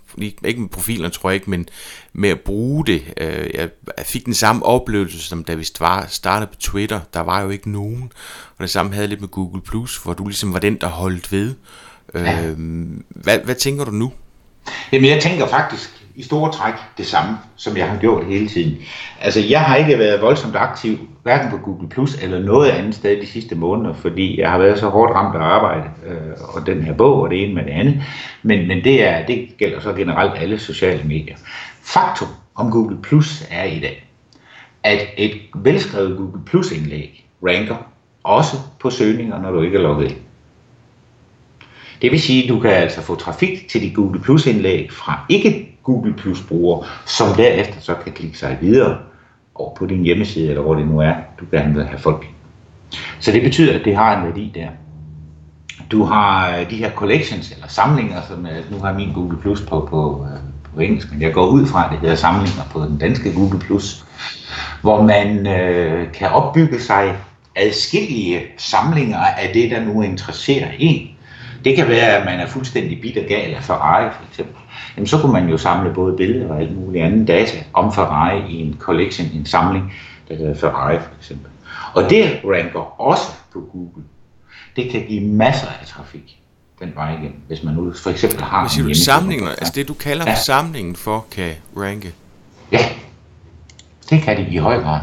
ikke med profilerne, tror jeg ikke, men med at bruge det. Jeg fik den samme oplevelse, som da vi startede på Twitter. Der var jo ikke nogen. Og det samme havde lidt med Google Plus, hvor du ligesom var den, der holdt ved. Ja. Hvad, hvad tænker du nu? Jamen, jeg tænker faktisk i store træk det samme, som jeg har gjort hele tiden. Altså, jeg har ikke været voldsomt aktiv, hverken på Google Plus eller noget andet sted de sidste måneder, fordi jeg har været så hårdt ramt af arbejde, øh, og den her bog og det ene med det andet. Men, men det, er, det gælder så generelt alle sociale medier. Faktum om Google Plus er i dag, at et velskrevet Google Plus-indlæg ranker også på søgninger, når du ikke er logget ind. Det vil sige, at du kan altså få trafik til de Google Plus-indlæg fra ikke Google Plus-brugere, som derefter så kan klikke sig videre over på din hjemmeside, eller hvor det nu er, du gerne vil have folk. Så det betyder, at det har en værdi der. Du har de her collections, eller samlinger, som nu har min Google Plus på, på, på engelsk, men jeg går ud fra, at det hedder samlinger på den danske Google Plus, hvor man øh, kan opbygge sig adskillige samlinger af det, der nu interesserer en. Det kan være, at man er fuldstændig bit og gal af Ferrari, for eksempel. Jamen, så kunne man jo samle både billeder og alt muligt andet data om Ferrari i en collection, en samling, der hedder Ferrari, for eksempel. Og det ranker også på Google. Det kan give masser af trafik den vej igen, hvis man nu for eksempel har en hjemmeside. Samlinger, altså det du kalder ja. samlingen for, kan ranke? Ja, det kan de i høj grad.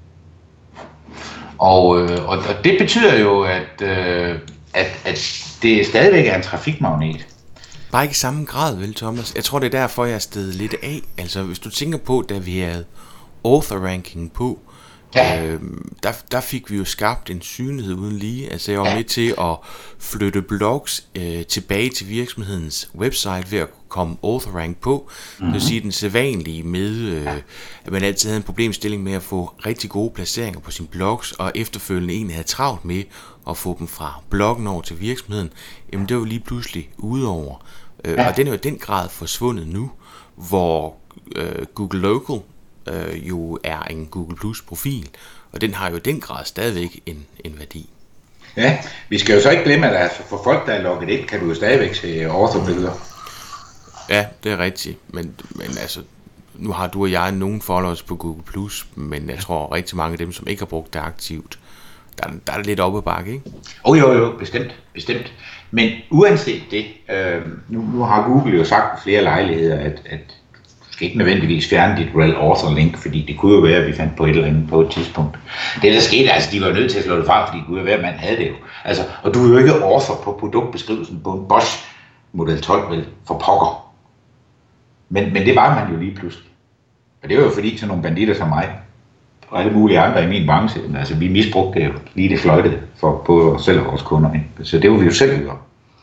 Og, øh, og, og det betyder jo, at, øh, at, at det stadigvæk er en trafikmagnet. Bare ikke i samme grad, vel Thomas? Jeg tror, det er derfor, jeg er stedet lidt af. Altså, hvis du tænker på, da vi havde author-ranking på, ja. øh, der, der fik vi jo skabt en synlighed uden lige. Altså, jeg var ja. med til at flytte blogs øh, tilbage til virksomhedens website ved at komme author-rank på. Mm-hmm. Det vil sige, den sædvanlige med, øh, at man altid havde en problemstilling med at få rigtig gode placeringer på sine blogs, og efterfølgende egentlig havde travlt med at få dem fra bloggen over til virksomheden. Jamen, det var lige pludselig udover. Ja. Og den er jo i den grad forsvundet nu, hvor øh, Google Local øh, jo er en Google Plus profil, og den har jo i den grad stadigvæk en, en værdi. Ja, vi skal jo så ikke glemme, at altså for folk, der er logget ind, kan du jo stadigvæk se author-billeder. Ja, det er rigtigt, men, men altså, nu har du og jeg nogen followers på Google Plus, men jeg tror rigtig mange af dem, som ikke har brugt det aktivt, der, der er det lidt oppe ad bakke, ikke? Oh, jo, jo, bestemt, bestemt. Men uanset det, øh, nu, nu har Google jo sagt flere lejligheder, at, at du skal ikke nødvendigvis fjerne dit rel author link, fordi det kunne jo være, at vi fandt på et eller andet på et tidspunkt. Det der skete, altså de var nødt til at slå det fra, fordi det kunne jo være, at man havde det jo. Altså, og du er jo ikke author på produktbeskrivelsen på en Bosch Model tolv, vel, for pokker. Men, men det var man jo lige pludselig. Og det var jo fordi sådan nogle banditter som mig, og alle mulige andre i min branche, altså vi misbrugte det jo lige det fløjtede for både os selv og vores kunder. Ikke? Så det var vi jo selv gøre.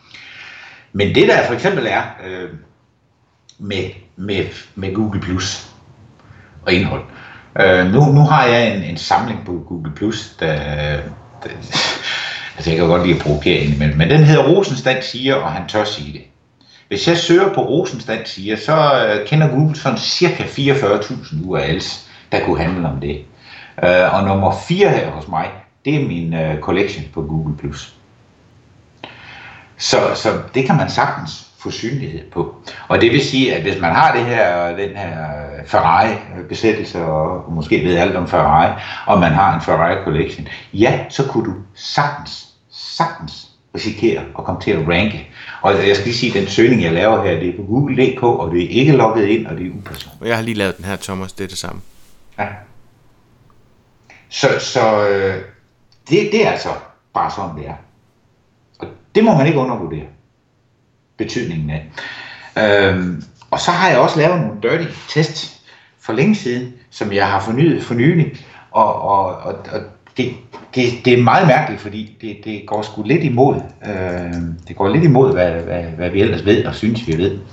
Men det der for eksempel er øh, med, med, med Google Plus og indhold. Øh, nu, nu har jeg en, en samling på Google Plus, der, der altså jeg kan godt lide at provokere indimellem, men den hedder Rosenstand siger, og han tør sige det. Hvis jeg søger på Rosenstand siger, så øh, kender Google sådan cirka fireogfyrre tusind U R L's, der kunne handle om det. Uh, og nummer fire her hos mig, det er min uh, collection på Google Plus. Så, så det kan man sagtens få synlighed på. Og det vil sige, at hvis man har det her, den her Ferrari-besættelse, og måske ved alt om Ferrari, og man har en Ferrari collection, ja, så kunne du sagtens, sagtens risikere at komme til at ranke. Og jeg skal lige sige, at den søgning, jeg laver her, det er på Google punktum d k, og det er ikke logget ind, og det er upersonligt. Og jeg har lige lavet den her, Thomas, det er det samme. Ja. Så, så øh, det, det er altså bare sådan, det er. Og det må man ikke undervurdere betydningen af. Øhm, og så har jeg også lavet nogle dirty tests for længe siden, som jeg har fornyet for nylig. Og, og, og, og det, det, det er meget mærkeligt, fordi det, det går sgu lidt imod. Øh, det går lidt imod, hvad, hvad, hvad vi ellers ved og synes, vi ved.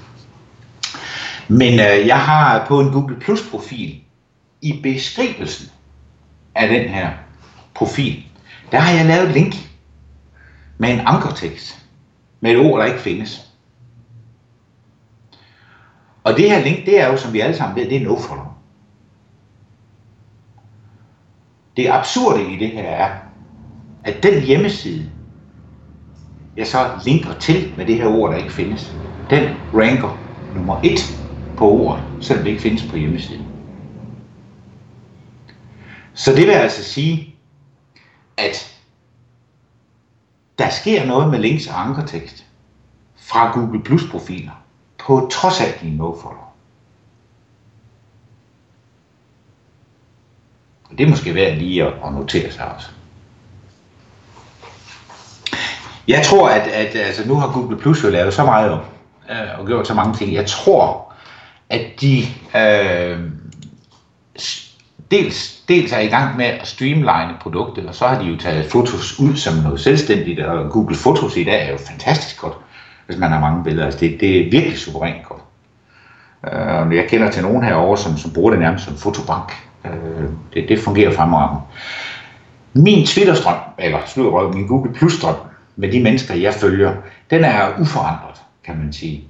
Men øh, jeg har på en Google Plus profil i beskrivelsen af den her profil, der har jeg lavet et link med en ankertekst, med et ord, der ikke findes. Og det her link, det er jo, som vi alle sammen ved, det er nofollow. Det absurde i det her er, at den hjemmeside, jeg så linker til med det her ord, der ikke findes, den ranker nummer et på ordet, selvom det ikke findes på hjemmesiden. Så det vil altså sige, at der sker noget med links og ankertekst fra Google Plus profiler, på trods af din nofollow. Det er måske værd lige at, at notere sig også. Jeg tror, at, at altså, nu har Google Plus jo lavet så meget om, øh, og gjort så mange ting. Jeg tror, at de øh, dels, dels er i gang med at streamline produktet, og så har de jo taget fotos ud som noget selvstændigt, og Google Fotos i dag er jo fantastisk godt, hvis man har mange billeder. Altså, det, det er virkelig suverænt godt. Øh, jeg kender til nogen herovre, som, som bruger det nærmest som fotobank. Øh, det, det fungerer fremragende. Min Twitter-strøm, eller slutter min Google Plus-strøm, med de mennesker, jeg følger, den er uforandret, kan man sige.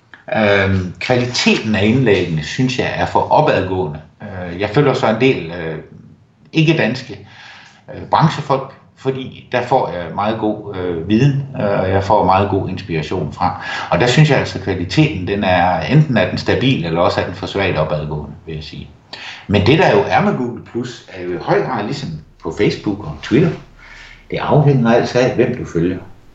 Øhm, kvaliteten af indlæggene, synes jeg, er for opadgående. Øh, jeg følger så en del øh, ikke-danske øh, branchefolk, fordi der får jeg meget god øh, viden, og øh, jeg får meget god inspiration fra. Og der synes jeg altså, at kvaliteten, den er, enten er den stabil, eller også er den for svagt opadgående, vil jeg sige. Men det, der jo er med Google Plus, er jo i høj grad ligesom på Facebook og Twitter. Det afhænger altså af, hvem du følger.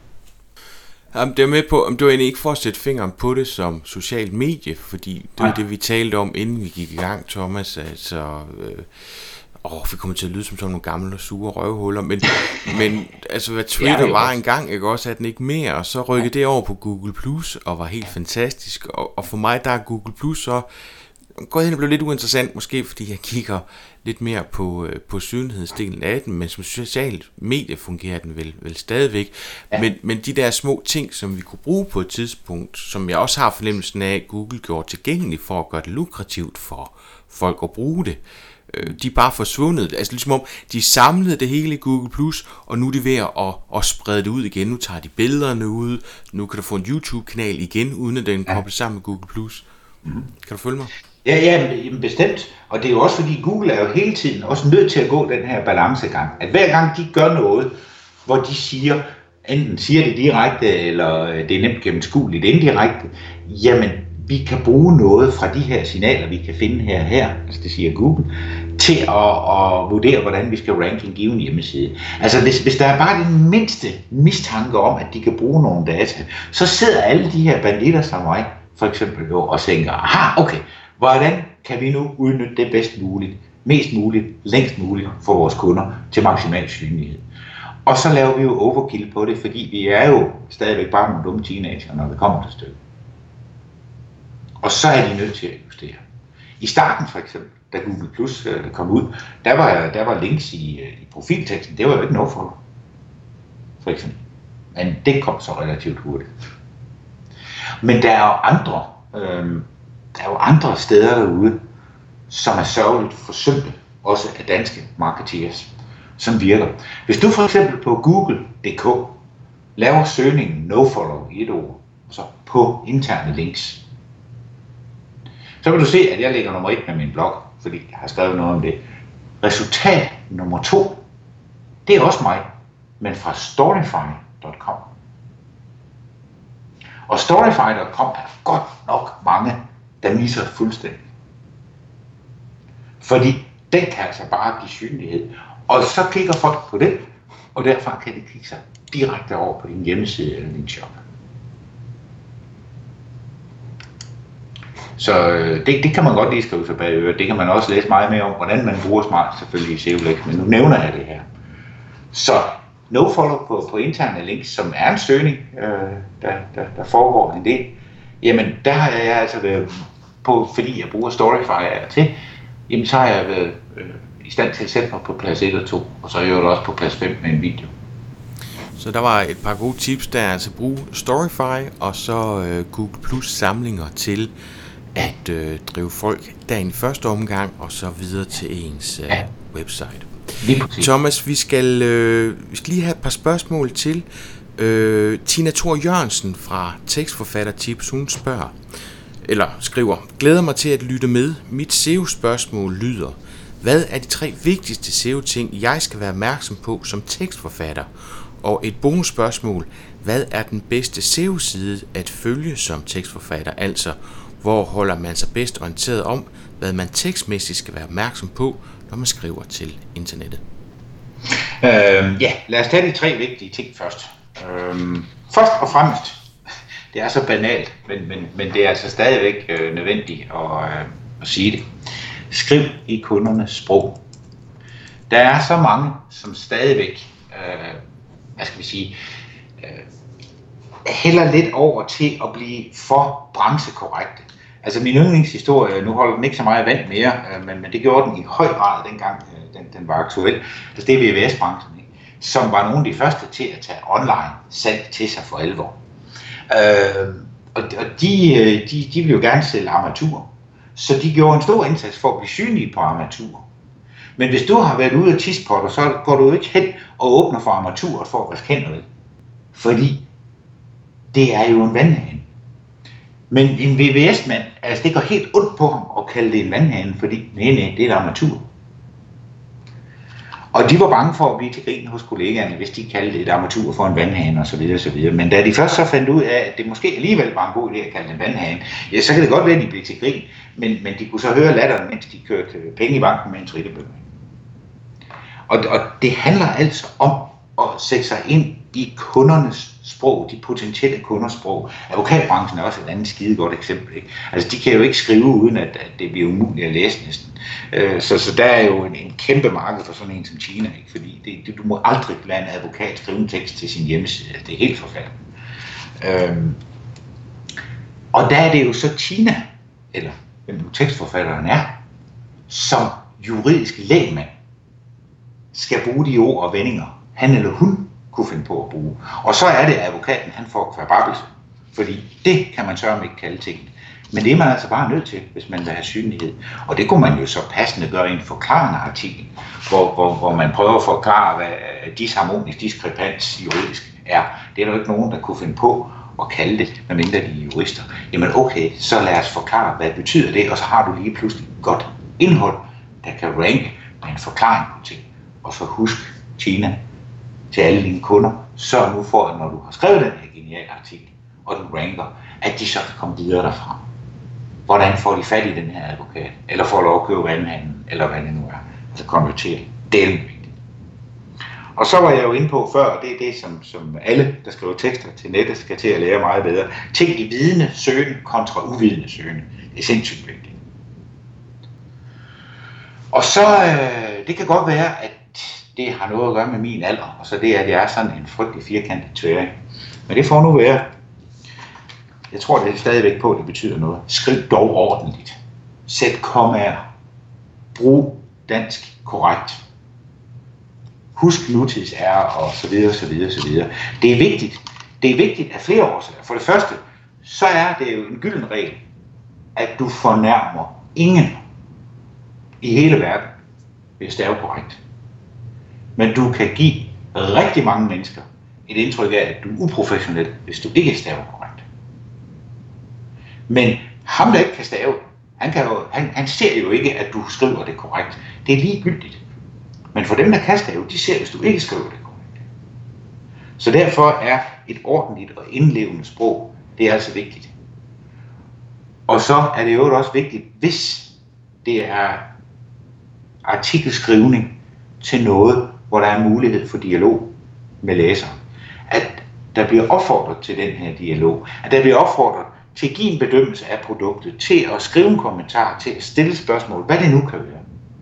Jamen, det er med på, om du egentlig ikke får at sætte fingeren på det som social medie, fordi det er det, vi talte om, inden vi gik i gang, Thomas, altså, øh, åh, vi kommer til at lyde som sådan nogle gamle og sure røvhuller, men, men altså, hvad Twitter var engang, ikke også, er den ikke mere, og så rykkede det over på Google Plus, og var helt fantastisk, og, og for mig, der er Google Plus så, går hen og blev lidt uinteressant, måske fordi jeg kigger lidt mere på, på synlighedsdelen af den, men som socialt medie fungerer den vel, vel stadigvæk. Ja. Men, men de der små ting, som vi kunne bruge på et tidspunkt, som jeg også har fornemmelsen af, at Google gjorde tilgængeligt for at gøre det lukrativt for folk at bruge det, de er bare forsvundet. Altså ligesom om, de samlede det hele i Google Plus, og nu er de ved at, at sprede det ud igen. Nu tager de billederne ud, nu kan du få en YouTube-kanal igen, uden at den er koblet sammen med Google Plus. Mm-hmm. Kan du følge mig? Ja, ja, bestemt. Og det er jo også fordi Google er jo hele tiden også nødt til at gå den her balancegang. At hver gang de gør noget, hvor de siger, enten siger det direkte, eller det er nemt gennemskueligt indirekte, jamen vi kan bruge noget fra de her signaler, vi kan finde her og her, altså det siger Google, til at, at vurdere, hvordan vi skal ranke en given hjemmeside. Altså hvis, hvis der er bare den mindste mistanke om, at de kan bruge nogle data, så sidder alle de her banditter som mig, for eksempel jo, og tænker, aha, okay, hvordan kan vi nu udnytte det bedst muligt, mest muligt, længst muligt for vores kunder til maksimal synlighed. Og så laver vi jo overkill på det, fordi vi er jo stadigvæk bare nogle dumme teenager, når det kommer til stykket. Og så er de nødt til at justere. I starten for eksempel, da Google Plus øh, kom ud, der var, der var links i, øh, i profilteksten, det var jo ikke nofollow, for eksempel. Men det kom så relativt hurtigt. Men der er jo andre, øh, der er jo andre steder derude, som er sørgeligt forsømte, også af danske marketeers, som virker. Hvis du for eksempel på google punktum d k laver søgningen nofollow i et ord, så på interne links, så vil du se, at jeg ligger nummer et med min blog, fordi jeg har skrevet noget om det. Resultat nummer to, det er også mig, men fra storyfy punktum com. Og storyfy punktum com er godt nok mange, der misser fuldstændig. Fordi den kan altså bare give synlighed. Og så klikker folk på den, og derfra kan de klikke sig direkte over på din hjemmeside eller din shop. Så det, det kan man godt lige skrive sig bag øret. Det kan man også læse meget mere om, hvordan man bruger smart selvfølgelig i S E O-Lex, men nu nævner jeg det her. Så nofollow på, på interne links, som er en søgning, øh, der, der, der foregår en del, jamen der har jeg altså været på, fordi jeg bruger Storyfy af til, jamen så har jeg været øh, i stand til at sætte mig på plads et og to, og så er jeg jo også på plads fem med en video. Så der var et par gode tips der, altså brug Storyfy og så øh, Google Plus samlinger til at øh, drive folk dagen i første omgang, og så videre til ens øh, website. Thomas, vi skal, øh, vi skal lige have et par spørgsmål til. Øh, Tina Thor Jørgensen fra Tekstforfattertips, hun spørger, eller skriver, glæder mig til at lytte med. Mit S E O-spørgsmål lyder, hvad er de tre vigtigste S E O-ting, jeg skal være opmærksom på som tekstforfatter? Og et bonusspørgsmål, hvad er den bedste S E O-side at følge som tekstforfatter? Altså, Hvor holder man sig bedst orienteret om, hvad man tekstmæssigt skal være opmærksom på, når man skriver til internettet? Øh, ja, lad os tage de tre vigtige ting først. Øh, først og fremmest, det er så banalt, men, men, men det er altså stadigvæk øh, nødvendigt at, øh, at sige det. Skriv i kundernes sprog. Der er så mange, som stadigvæk, øh, hvad skal vi sige, øh, hælder lidt over til at blive for branchekorrekte. Altså min yndlingshistorie, nu holder den ikke så meget vand mere, øh, men, men det gjorde den i høj grad dengang øh, den, den var aktuel. Altså det er V V S-branchen, ikke? Som var nogle af de første til at tage online salg til sig for alvor. Øh, og og de, de, de ville jo gerne sælge armatur, så de gjorde en stor indsats for at blive synlige på armatur. Men hvis du har været ude af tidspotter, så går du jo ikke hen og åbner for armaturet for at vaske hænder ved. Fordi det er jo en vandhane. Men en V V S-mand, altså det går helt ondt på ham at kalde det en vandhane, fordi nej, nej, det er et armatur. Og de var bange for at blive til grin hos kollegaerne, hvis de kaldte et armatur for en vandhane osv. osv. Men da de først så fandt ud af, at det måske alligevel var en god idé at kalde det en vandhane, ja, så kan det godt være, at de blev til grin, men, men de kunne så høre latteren, mens de kørte penge i banken med en trillebøtte. Og, og det handler altså om at sætte sig ind i kundernes sprog, de potentielle kunders sprog. Advokatbranchen er også et andet skide godt eksempel, ikke? Altså de kan jo ikke skrive uden at, at det bliver umuligt at læse næsten. Øh, så, så der er jo en, en kæmpe marked for sådan en som Kina, ikke? Fordi det, det, du må aldrig lade en advokat skrive en tekst til sin hjemmeside. Det er helt forfærdeligt. Øh, og der er det jo så Kina, eller hvem nu tekstforfatteren er, som juridisk lægmand skal bruge de ord og vendinger, han eller hun kunne finde på at bruge. Og så er det, at advokaten han får kvababbelse, fordi det kan man sørge ikke kalde tingene. Men det er man altså bare nødt til, hvis man vil have synlighed. Og det kunne man jo så passende gøre i en forklarende artikel, hvor, hvor, hvor man prøver at forklare, hvad disharmonisk diskrepans juridisk er. Det er der jo ikke nogen, der kunne finde på at kalde det, medmindre de er jurister. Jamen okay, så lad os forklare, hvad betyder det, og så har du lige pludselig godt indhold, der kan ranke med en forklaring på ting. Og så husk Kina til alle dine kunder, så nu for, at når du har skrevet den her geniale artikel, og den ranker, at de så kan komme videre derfra. Hvordan får de fat i den her advokat? Eller får lov at købe vandhandlen, eller hvad det nu er. Altså konvertere. Det er vigtigt. Og så var jeg jo inde på før, og det er det, som, som alle, der skriver tekster til nettet, skal til at lære meget bedre. Tænk i vidende søgende kontra uvidende søgende. Det er sindssygt vigtigt. Og så, øh, det kan godt være, at det har noget at gøre med min alder, og så det er, at jeg er sådan en frygtelig firkantet tværing. Men det får nu være. Jeg tror det er stadigvæk på, at det betyder noget. Skriv dog ordentligt. Sæt kommaer. Brug dansk korrekt. Husk nutidsære og så videre, så videre, så videre. Det er vigtigt. Det er vigtigt af flere årsager. For det første, så er det jo en gylden regel, at du fornærmer ingen i hele verden ved at stave korrekt. Men du kan give rigtig mange mennesker et indtryk af, at du er uprofessionel, hvis du ikke staver korrekt. Men ham, der ikke kan stave, han, kan jo, han, han ser jo ikke, at du skriver det korrekt. Det er ligegyldigt. Men for dem, der kan stave, de ser, hvis du ikke skriver det korrekt. Så derfor er et ordentligt og indlevende sprog, det er altså vigtigt. Og så er det jo også vigtigt, hvis det er artikelskrivning til noget, hvor der er mulighed for dialog med læseren, at der bliver opfordret til den her dialog, at der bliver opfordret til at give en bedømmelse af produktet, til at skrive en kommentar, til at stille spørgsmål, hvad det nu kan være.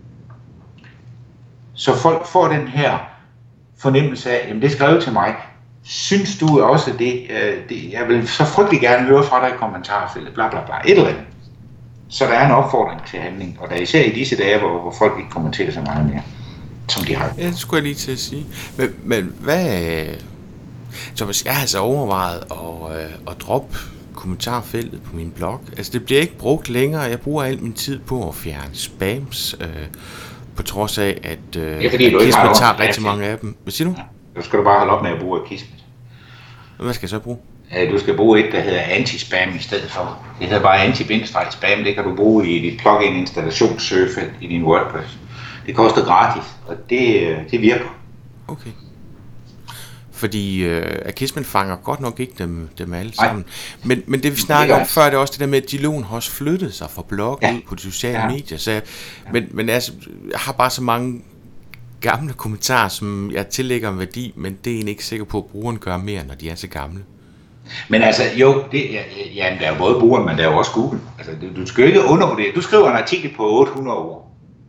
Så folk får den her fornemmelse af, jamen det er skrevet til mig, synes du også det, øh, det, jeg vil så frygtelig gerne høre fra dig i kommentarfeltet, bla bla bla, et eller andet. Så der er en opfordring til handling, og der er især i disse dage, hvor, hvor folk ikke kommenterer så meget mere, som de har. Ja, det skulle jeg lige til at sige. Men, men hvad... Så hvis jeg har altså overvejet at, øh, at droppe kommentarfeltet på min blog, altså det bliver ikke brugt længere, jeg bruger al min tid på at fjerne spams, øh, på trods af, at, øh, ja, fordi at Kismet tager rigtig rigtig mange af dem. Hvad siger du? Ja, så skal du bare holde op med at bruge Kismet. Hvad skal jeg så bruge? Ja, du skal bruge et, der hedder anti-spam i stedet for. Det hedder bare anti-spam, det kan du bruge i dit plugin installationssøgefelt i din WordPress. Det koster gratis, og det, det virker. Okay. Fordi øh, akismen fanger godt nok ikke dem, dem alle sammen. Men, men det vi snakkede om før, det er også det der med, at dialogen har også flyttet sig fra bloggen ja. ud på de sociale ja. medier. Så jeg, ja. men, men altså, jeg har bare så mange gamle kommentarer, som jeg tillægger en værdi, men det er egentlig ikke sikker på, at brugeren gør mere, når de er så gamle. Men altså, jo, det, ja, ja, der er jo både brugeren, men der er jo også Google. Altså, du, du skal jo ikke undervurdere. Du skriver en artikel på otte hundrede ord.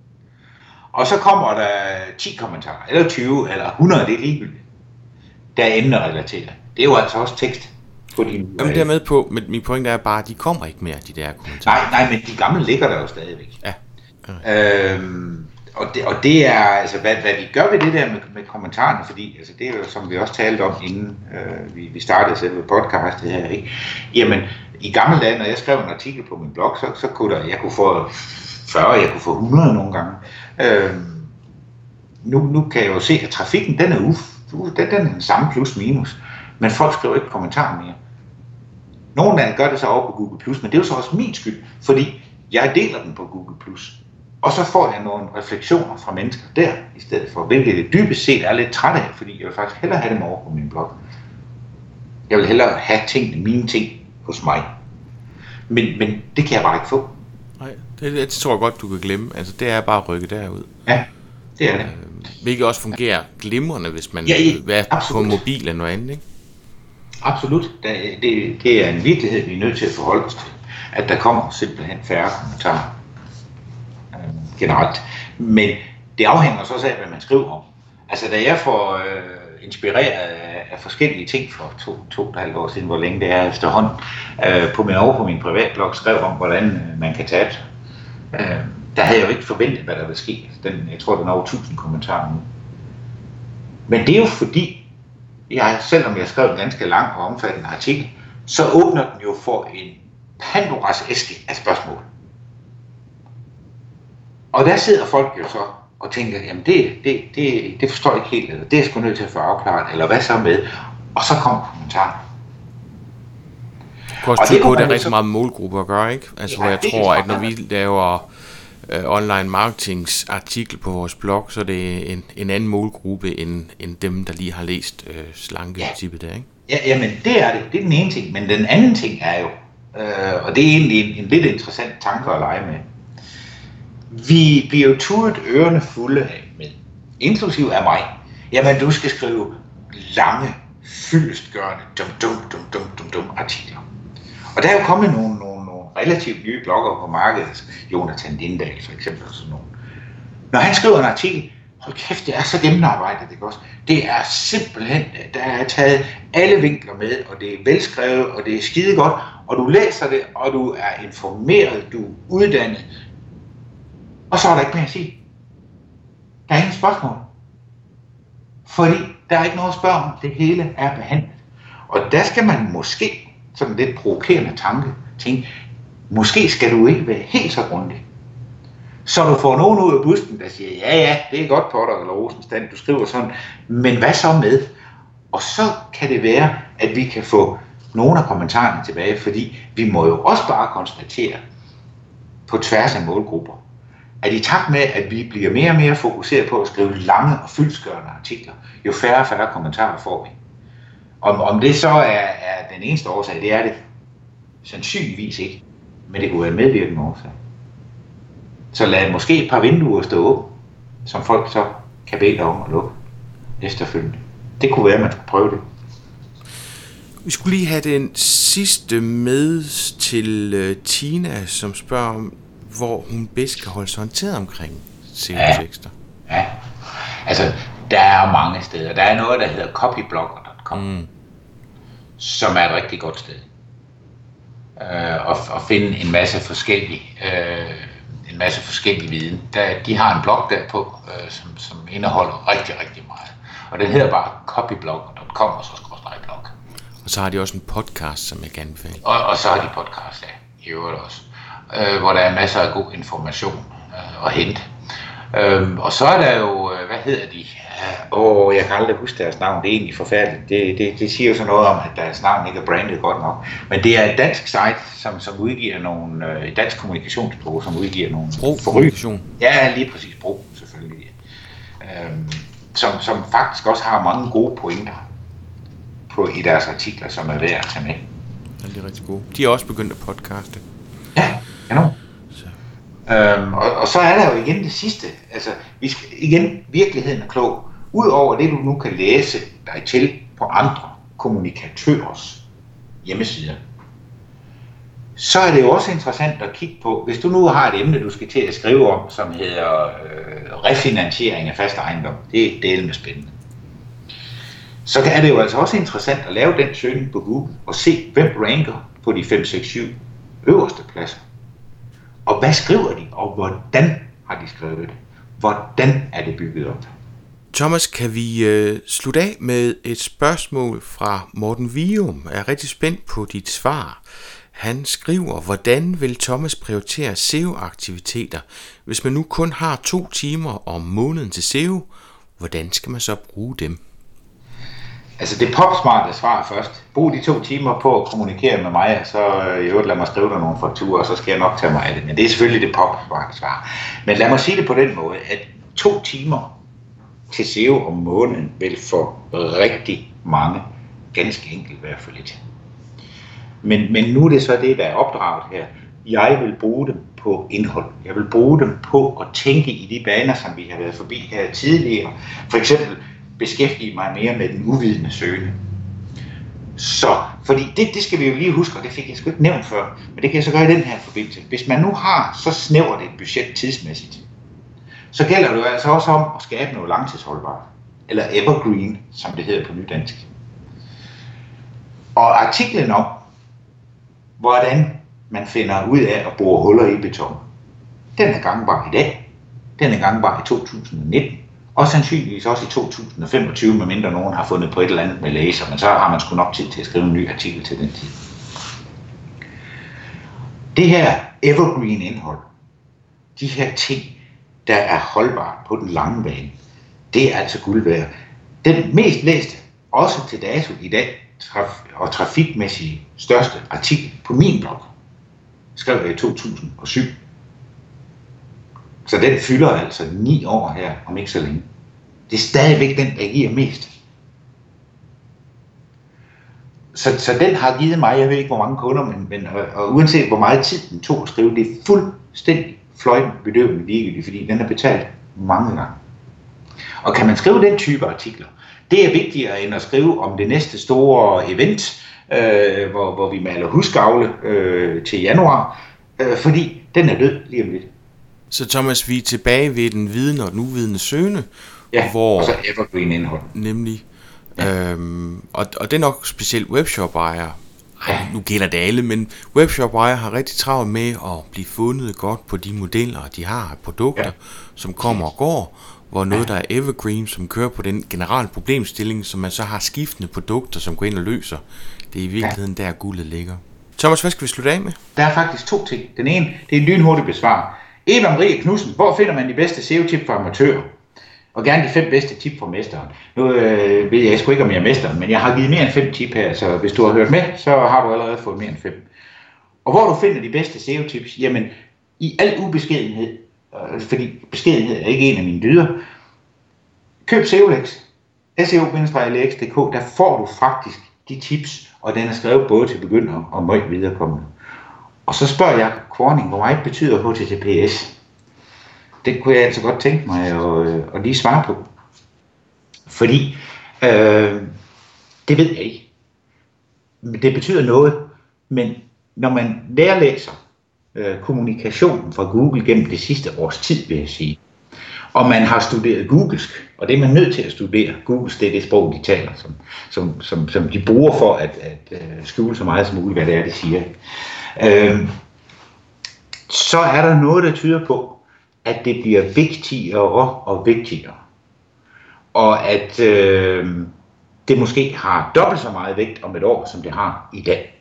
Og så kommer der ti kommentarer, eller tyve, eller hundrede, det er ligegyldigt. Der er emnerelateret. Det er jo altså også tekst på din... Jamen, det er med på, men min pointe er bare, at de kommer ikke mere, de der kommentarer. Nej, nej, men de gamle ligger der jo stadigvæk. Ja. ja. Øhm, og, det, og det er, altså, hvad, hvad vi gør ved det der med, med kommentarerne, fordi, altså, det er jo, som vi også talte om, inden øh, vi, vi startede selve podcastet her, ikke? Jamen, i gamle dage, når jeg skrev en artikel på min blog, så, så kunne der, jeg kunne få fyrre, jeg kunne få hundrede nogle gange. Øhm, nu, nu kan jeg jo se, at trafikken, den er uf. Den, den er den samme plus minus, men folk skriver ikke kommentarer mere. Nogle af dem gør det så over på Google plus, men det er jo så også min skyld, fordi jeg deler den på Google plus, og så får jeg nogle refleksioner fra mennesker der, i stedet for, hvilket det dybest set er lidt træt af, fordi jeg vil faktisk hellere have dem over på min blog. Jeg vil hellere have tingene, mine ting, hos mig. Men, men det kan jeg bare ikke få. Nej, det, det tror jeg godt, du kan glemme. Altså, det er bare at rykke derud. Ja, det er det. Hvilket også fungerer glimrende, hvis man ja, ja, er på mobil eller noget andet, ikke? Absolut. Det, det, det er en virkelighed, vi er nødt til at forholde os til. At der kommer simpelthen færre kommentarer øh, generelt. Men det afhænger så også af, hvad man skriver om. Altså, da jeg får øh, inspireret af, af forskellige ting for to, to og et halvt år siden, hvor længe det er efterhånden, øh, på min over på min privatblog skrev om, hvordan øh, man kan tage det. Øh, Der havde jeg jo ikke forventet, hvad der ville ske. Den, jeg tror, den er over tusind kommentarer nu. Men det er jo fordi, jeg, selvom jeg skrev en ganske lang og omfattende artikel, så åbner den jo for en Pandoras æske af spørgsmål. Og der sidder folk jo så og tænker, jamen det, det, det, det forstår jeg ikke helt, eller det er jeg sgu nødt til at få afklaret, eller hvad så med? Og så kommer kommentaren. Du kan også tyde på, at det er rigtig så... meget målgrupper at gøre, ikke? Altså, ja, hvor jeg tror, at når vi laver uh, online marketingsartikel på vores blog, så er det en, en anden målgruppe, end, end dem, der lige har læst uh, slanke-tippet der, ikke? Ja, jamen det er det. Det er den ene ting. Men den anden ting er jo, øh, og det er egentlig en, en lidt interessant tanke at lege med. Vi bliver jo tudet ørerne fulde af med, inklusiv af mig. Jamen du skal skrive lange, fyldestgørende, dum dum dum dum dum dum artikler. Og der er jo kommet nogle, nogle, nogle relativt nye blogger på markedet, Jonathan Lindahl for eksempel, og sådan nogle. Når han skriver en artikel, hold kæft, det er så gennemarbejdet, ikke også? Det er simpelthen, der er taget alle vinkler med, og det er velskrevet, og det er skide godt, og du læser det, og du er informeret, du er uddannet, og så er der ikke mere at sige. Der er ingen spørgsmål. Fordi der er ikke noget at spørge om, det hele er behandlet. Og der skal man måske, sådan lidt provokerende tanke, tænke, måske skal du ikke være helt så grundig. Så du får nogen ud af busken, der siger, ja ja, det er godt Potter eller Rosenstand, du skriver sådan, men hvad så med? Og så kan det være, at vi kan få nogle af kommentarerne tilbage, fordi vi må jo også bare konstatere, på tværs af målgrupper, at i takt med, at vi bliver mere og mere fokuseret på at skrive lange og fyldestgørende artikler, jo færre og færre kommentarer får vi. Om, om det så er, er den eneste årsag, det er det sandsynligvis ikke, men det kunne være en medvirkende årsag. Så lad måske et par vinduer stå åbne, som folk så kan bede om at lukke efterfølgende. Det kunne være, at man skulle prøve det. Vi skulle lige have den sidste med til uh, Tina, som spørger om, hvor hun bedst kan holde sig orienteret omkring S E O-tekster. Ja. ja, altså der er mange steder. Der er noget, der hedder copyblogger punktum com, mm. som er et rigtig godt sted. Uh, og, og finde en masse forskellige, uh, en masse forskellige viden. Der, de har en blog derpå, uh, som, som indeholder rigtig, rigtig meget. Og den hedder bare copyblogger punktum com, og så skråstreg blog. Og så har de også en podcast, som jeg kan anbefale. Og, og så har de podcast, ja, i øvrigt også. Øh, hvor der er masser af god information øh, at hente. Øh, og så er der jo, øh, hvad hedder de? Åh, oh, jeg kan aldrig huske deres navn, det er egentlig forfærdeligt. Det, det, det siger jo så noget om, at deres navn ikke er brandet godt nok. Men det er et dansk site, som, som udgiver nogle, øh, et dansk kommunikationsbureau, som udgiver nogle... Bro-kommunikation. Ja, lige præcis, Bro, selvfølgelig. Øh, som, som faktisk også har mange gode pointer. på, i deres artikler, som er værd at tage med. Ja, det er rigtig gode. De er også begyndt at podcaste. Ja, kanon. Øhm, og, og så er der jo igen det sidste. Altså, vi skal, igen, virkeligheden er klog. Udover det, du nu kan læse dig til på andre kommunikatørers hjemmesider, så er det jo også interessant at kigge på, hvis du nu har et emne, du skal til at skrive om, som hedder øh, refinansiering af fast ejendom. Det er delende spændende. Så er det jo altså også interessant at lave den søgning på Google og se, hvem ranker på de fem, seks, syv øverste pladser. Og hvad skriver de, og hvordan har de skrevet det? Hvordan er det bygget op? Thomas, kan vi øh, slutte af med et spørgsmål fra Morten Vium? Jeg er rigtig spændt på dit svar. Han skriver, hvordan vil Thomas prioritere S E O-aktiviteter? Hvis man nu kun har to timer om måneden til S E O, hvordan skal man så bruge dem? Altså det popsmarte svar først. Brug de to timer på at kommunikere med mig, så i øvrigt lad mig skrive dig nogle fakturer, og så skal jeg nok tage mig af det. Men det er selvfølgelig det popsmarte svar. Men lad mig sige det på den måde, at to timer til S E O om måneden vil for rigtig mange ganske enkelt være for lidt. Men, men nu er det så det, der er opdraget her. Jeg vil bruge dem på indhold. Jeg vil bruge dem på at tænke i de baner, som vi har været forbi her tidligere. For eksempel beskæftige mig mere med den uvidende søgende. Så, fordi det, det skal vi jo lige huske, og det fik jeg sgu ikke nævnt før, men det kan jeg så gøre i den her forbindelse. Hvis man nu har så snævert et budget tidsmæssigt, så gælder det jo altså også om at skabe noget langtidsholdbart. Eller evergreen, som det hedder på nydansk. Og artiklen om, hvordan man finder ud af at bore huller i beton, den er gangbar i dag. Den er gangbar i to tusind nitten. Og sandsynligvis også i to tusind femogtyve, medmindre nogen har fundet på et eller andet med laser, men så har man sgu nok tid til at skrive en ny artikel til den tid. Det her evergreen indhold, de her ting, der er holdbare på den lange bane, det er altså guld værd. Den mest læste, også til dato i dag, traf- og trafikmæssige største artikel på min blog, skrev jeg i to tusind syv. Så den fylder altså ni år her, om ikke så længe. Det er stadigvæk den, der giver mest. Så, så den har givet mig, jeg ved ikke hvor mange kunder, men, men og, og uanset hvor meget tid den tog at skrive, det er fuldstændig fløjten bedøvende ligegyldigt, fordi den er betalt mange gange. Og kan man skrive den type artikler, det er vigtigere end at skrive om det næste store event, øh, hvor, hvor vi maler husgavle øh, til januar, øh, fordi den er død lige om lidt. Så Thomas, vi er tilbage ved den vidende og den uvidende søgende, ja, hvor og så evergreen indhold. Nemlig, ja. øhm, og, og det er nok specielt webshop-ejere. Ej, ja. Nu gælder det alle, men webshop-ejere har rigtig travlt med at blive fundet godt på de modeller, de har af produkter, ja. Som kommer og går, hvor noget, der er evergreen, som kører på den generelle problemstilling, som man så har skiftende produkter, som går ind og løser. Det er i virkeligheden ja. Der guldet ligger. Thomas, hvad skal vi slutte af med? Der er faktisk to ting. Den ene, det er en lynhurtig besvar. Eva Marie Knudsen, hvor finder man de bedste S E O-tip for amatører? Og gerne de fem bedste tip fra mesteren. Nu øh, ved jeg sgu ikke, om jeg er mesteren, men jeg har givet mere end fem tip her, så hvis du har hørt med, så har du allerede fået mere end fem. Og hvor du finder de bedste S E O-tips? Jamen, i al ubeskedenhed, øh, fordi beskedenhed er ikke en af mine dyder, køb SEOLEX, S E O bindestreg L X punktum d k, der får du faktisk de tips, og den er skrevet både til begyndere og meget viderekommende. Og så spørger jeg Kvorning, hvor meget betyder H T T P S? Det kunne jeg altså godt tænke mig at, at lige svare på. Fordi, øh, det ved jeg ikke. Det betyder noget, men når man nærlæser øh, kommunikationen fra Google gennem det sidste års tid, vil jeg sige, og man har studeret googlesk, og det er man nødt til at studere. Googlesk, det er det sprog, de taler, som, som, som, som de bruger for at, at, at skjule så meget som muligt, hvad det er, de siger. Øh, så er der noget, der tyder på, at det bliver vigtigere og vigtigere. Og at øh, det måske har dobbelt så meget vægt om et år, som det har i dag.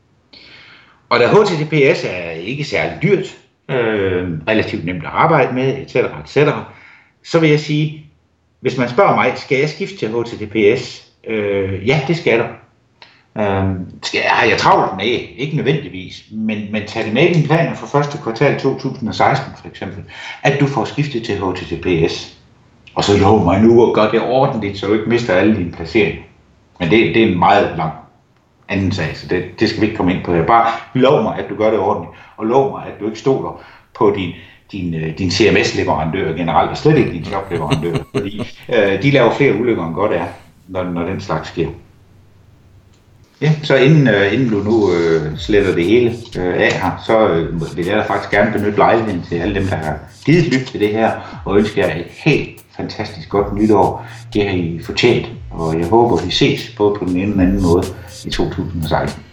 Og da H T T P S er ikke særlig dyrt, øh, relativt nemt at arbejde med, et cetera, et cetera, så vil jeg sige, hvis man spørger mig, skal jeg skifte til H T T P S? Øh, ja, det skal der. Øh, skal jeg, har jeg travlt? Nej, ikke nødvendigvis, men, men tag det med i dine planer for første kvartal to tusind og seksten for eksempel, at du får skiftet til H T T P S. Og så lov mig nu at gøre det ordentligt, så du ikke mister alle dine placeringer. Men det, det er en meget lang anden sag, så det, det skal vi ikke komme ind på her. Bare lov mig, at du gør det ordentligt, og lov mig, at du ikke stoler på din, din, din C M S-leverandør generelt, og slet ikke din shop-leverandør, fordi øh, de laver flere ulykker end godt er, når, når den slags sker. Ja, så inden, øh, inden du nu øh, sletter det hele øh, af her, så øh, vil jeg da faktisk gerne benytte lejligheden til alle dem, der har givet lyt til det her, og ønsker jer et helt fantastisk godt nytår. Det har I fortjent, og jeg håber, vi ses både på den ene og den anden måde i to tusind og seksten.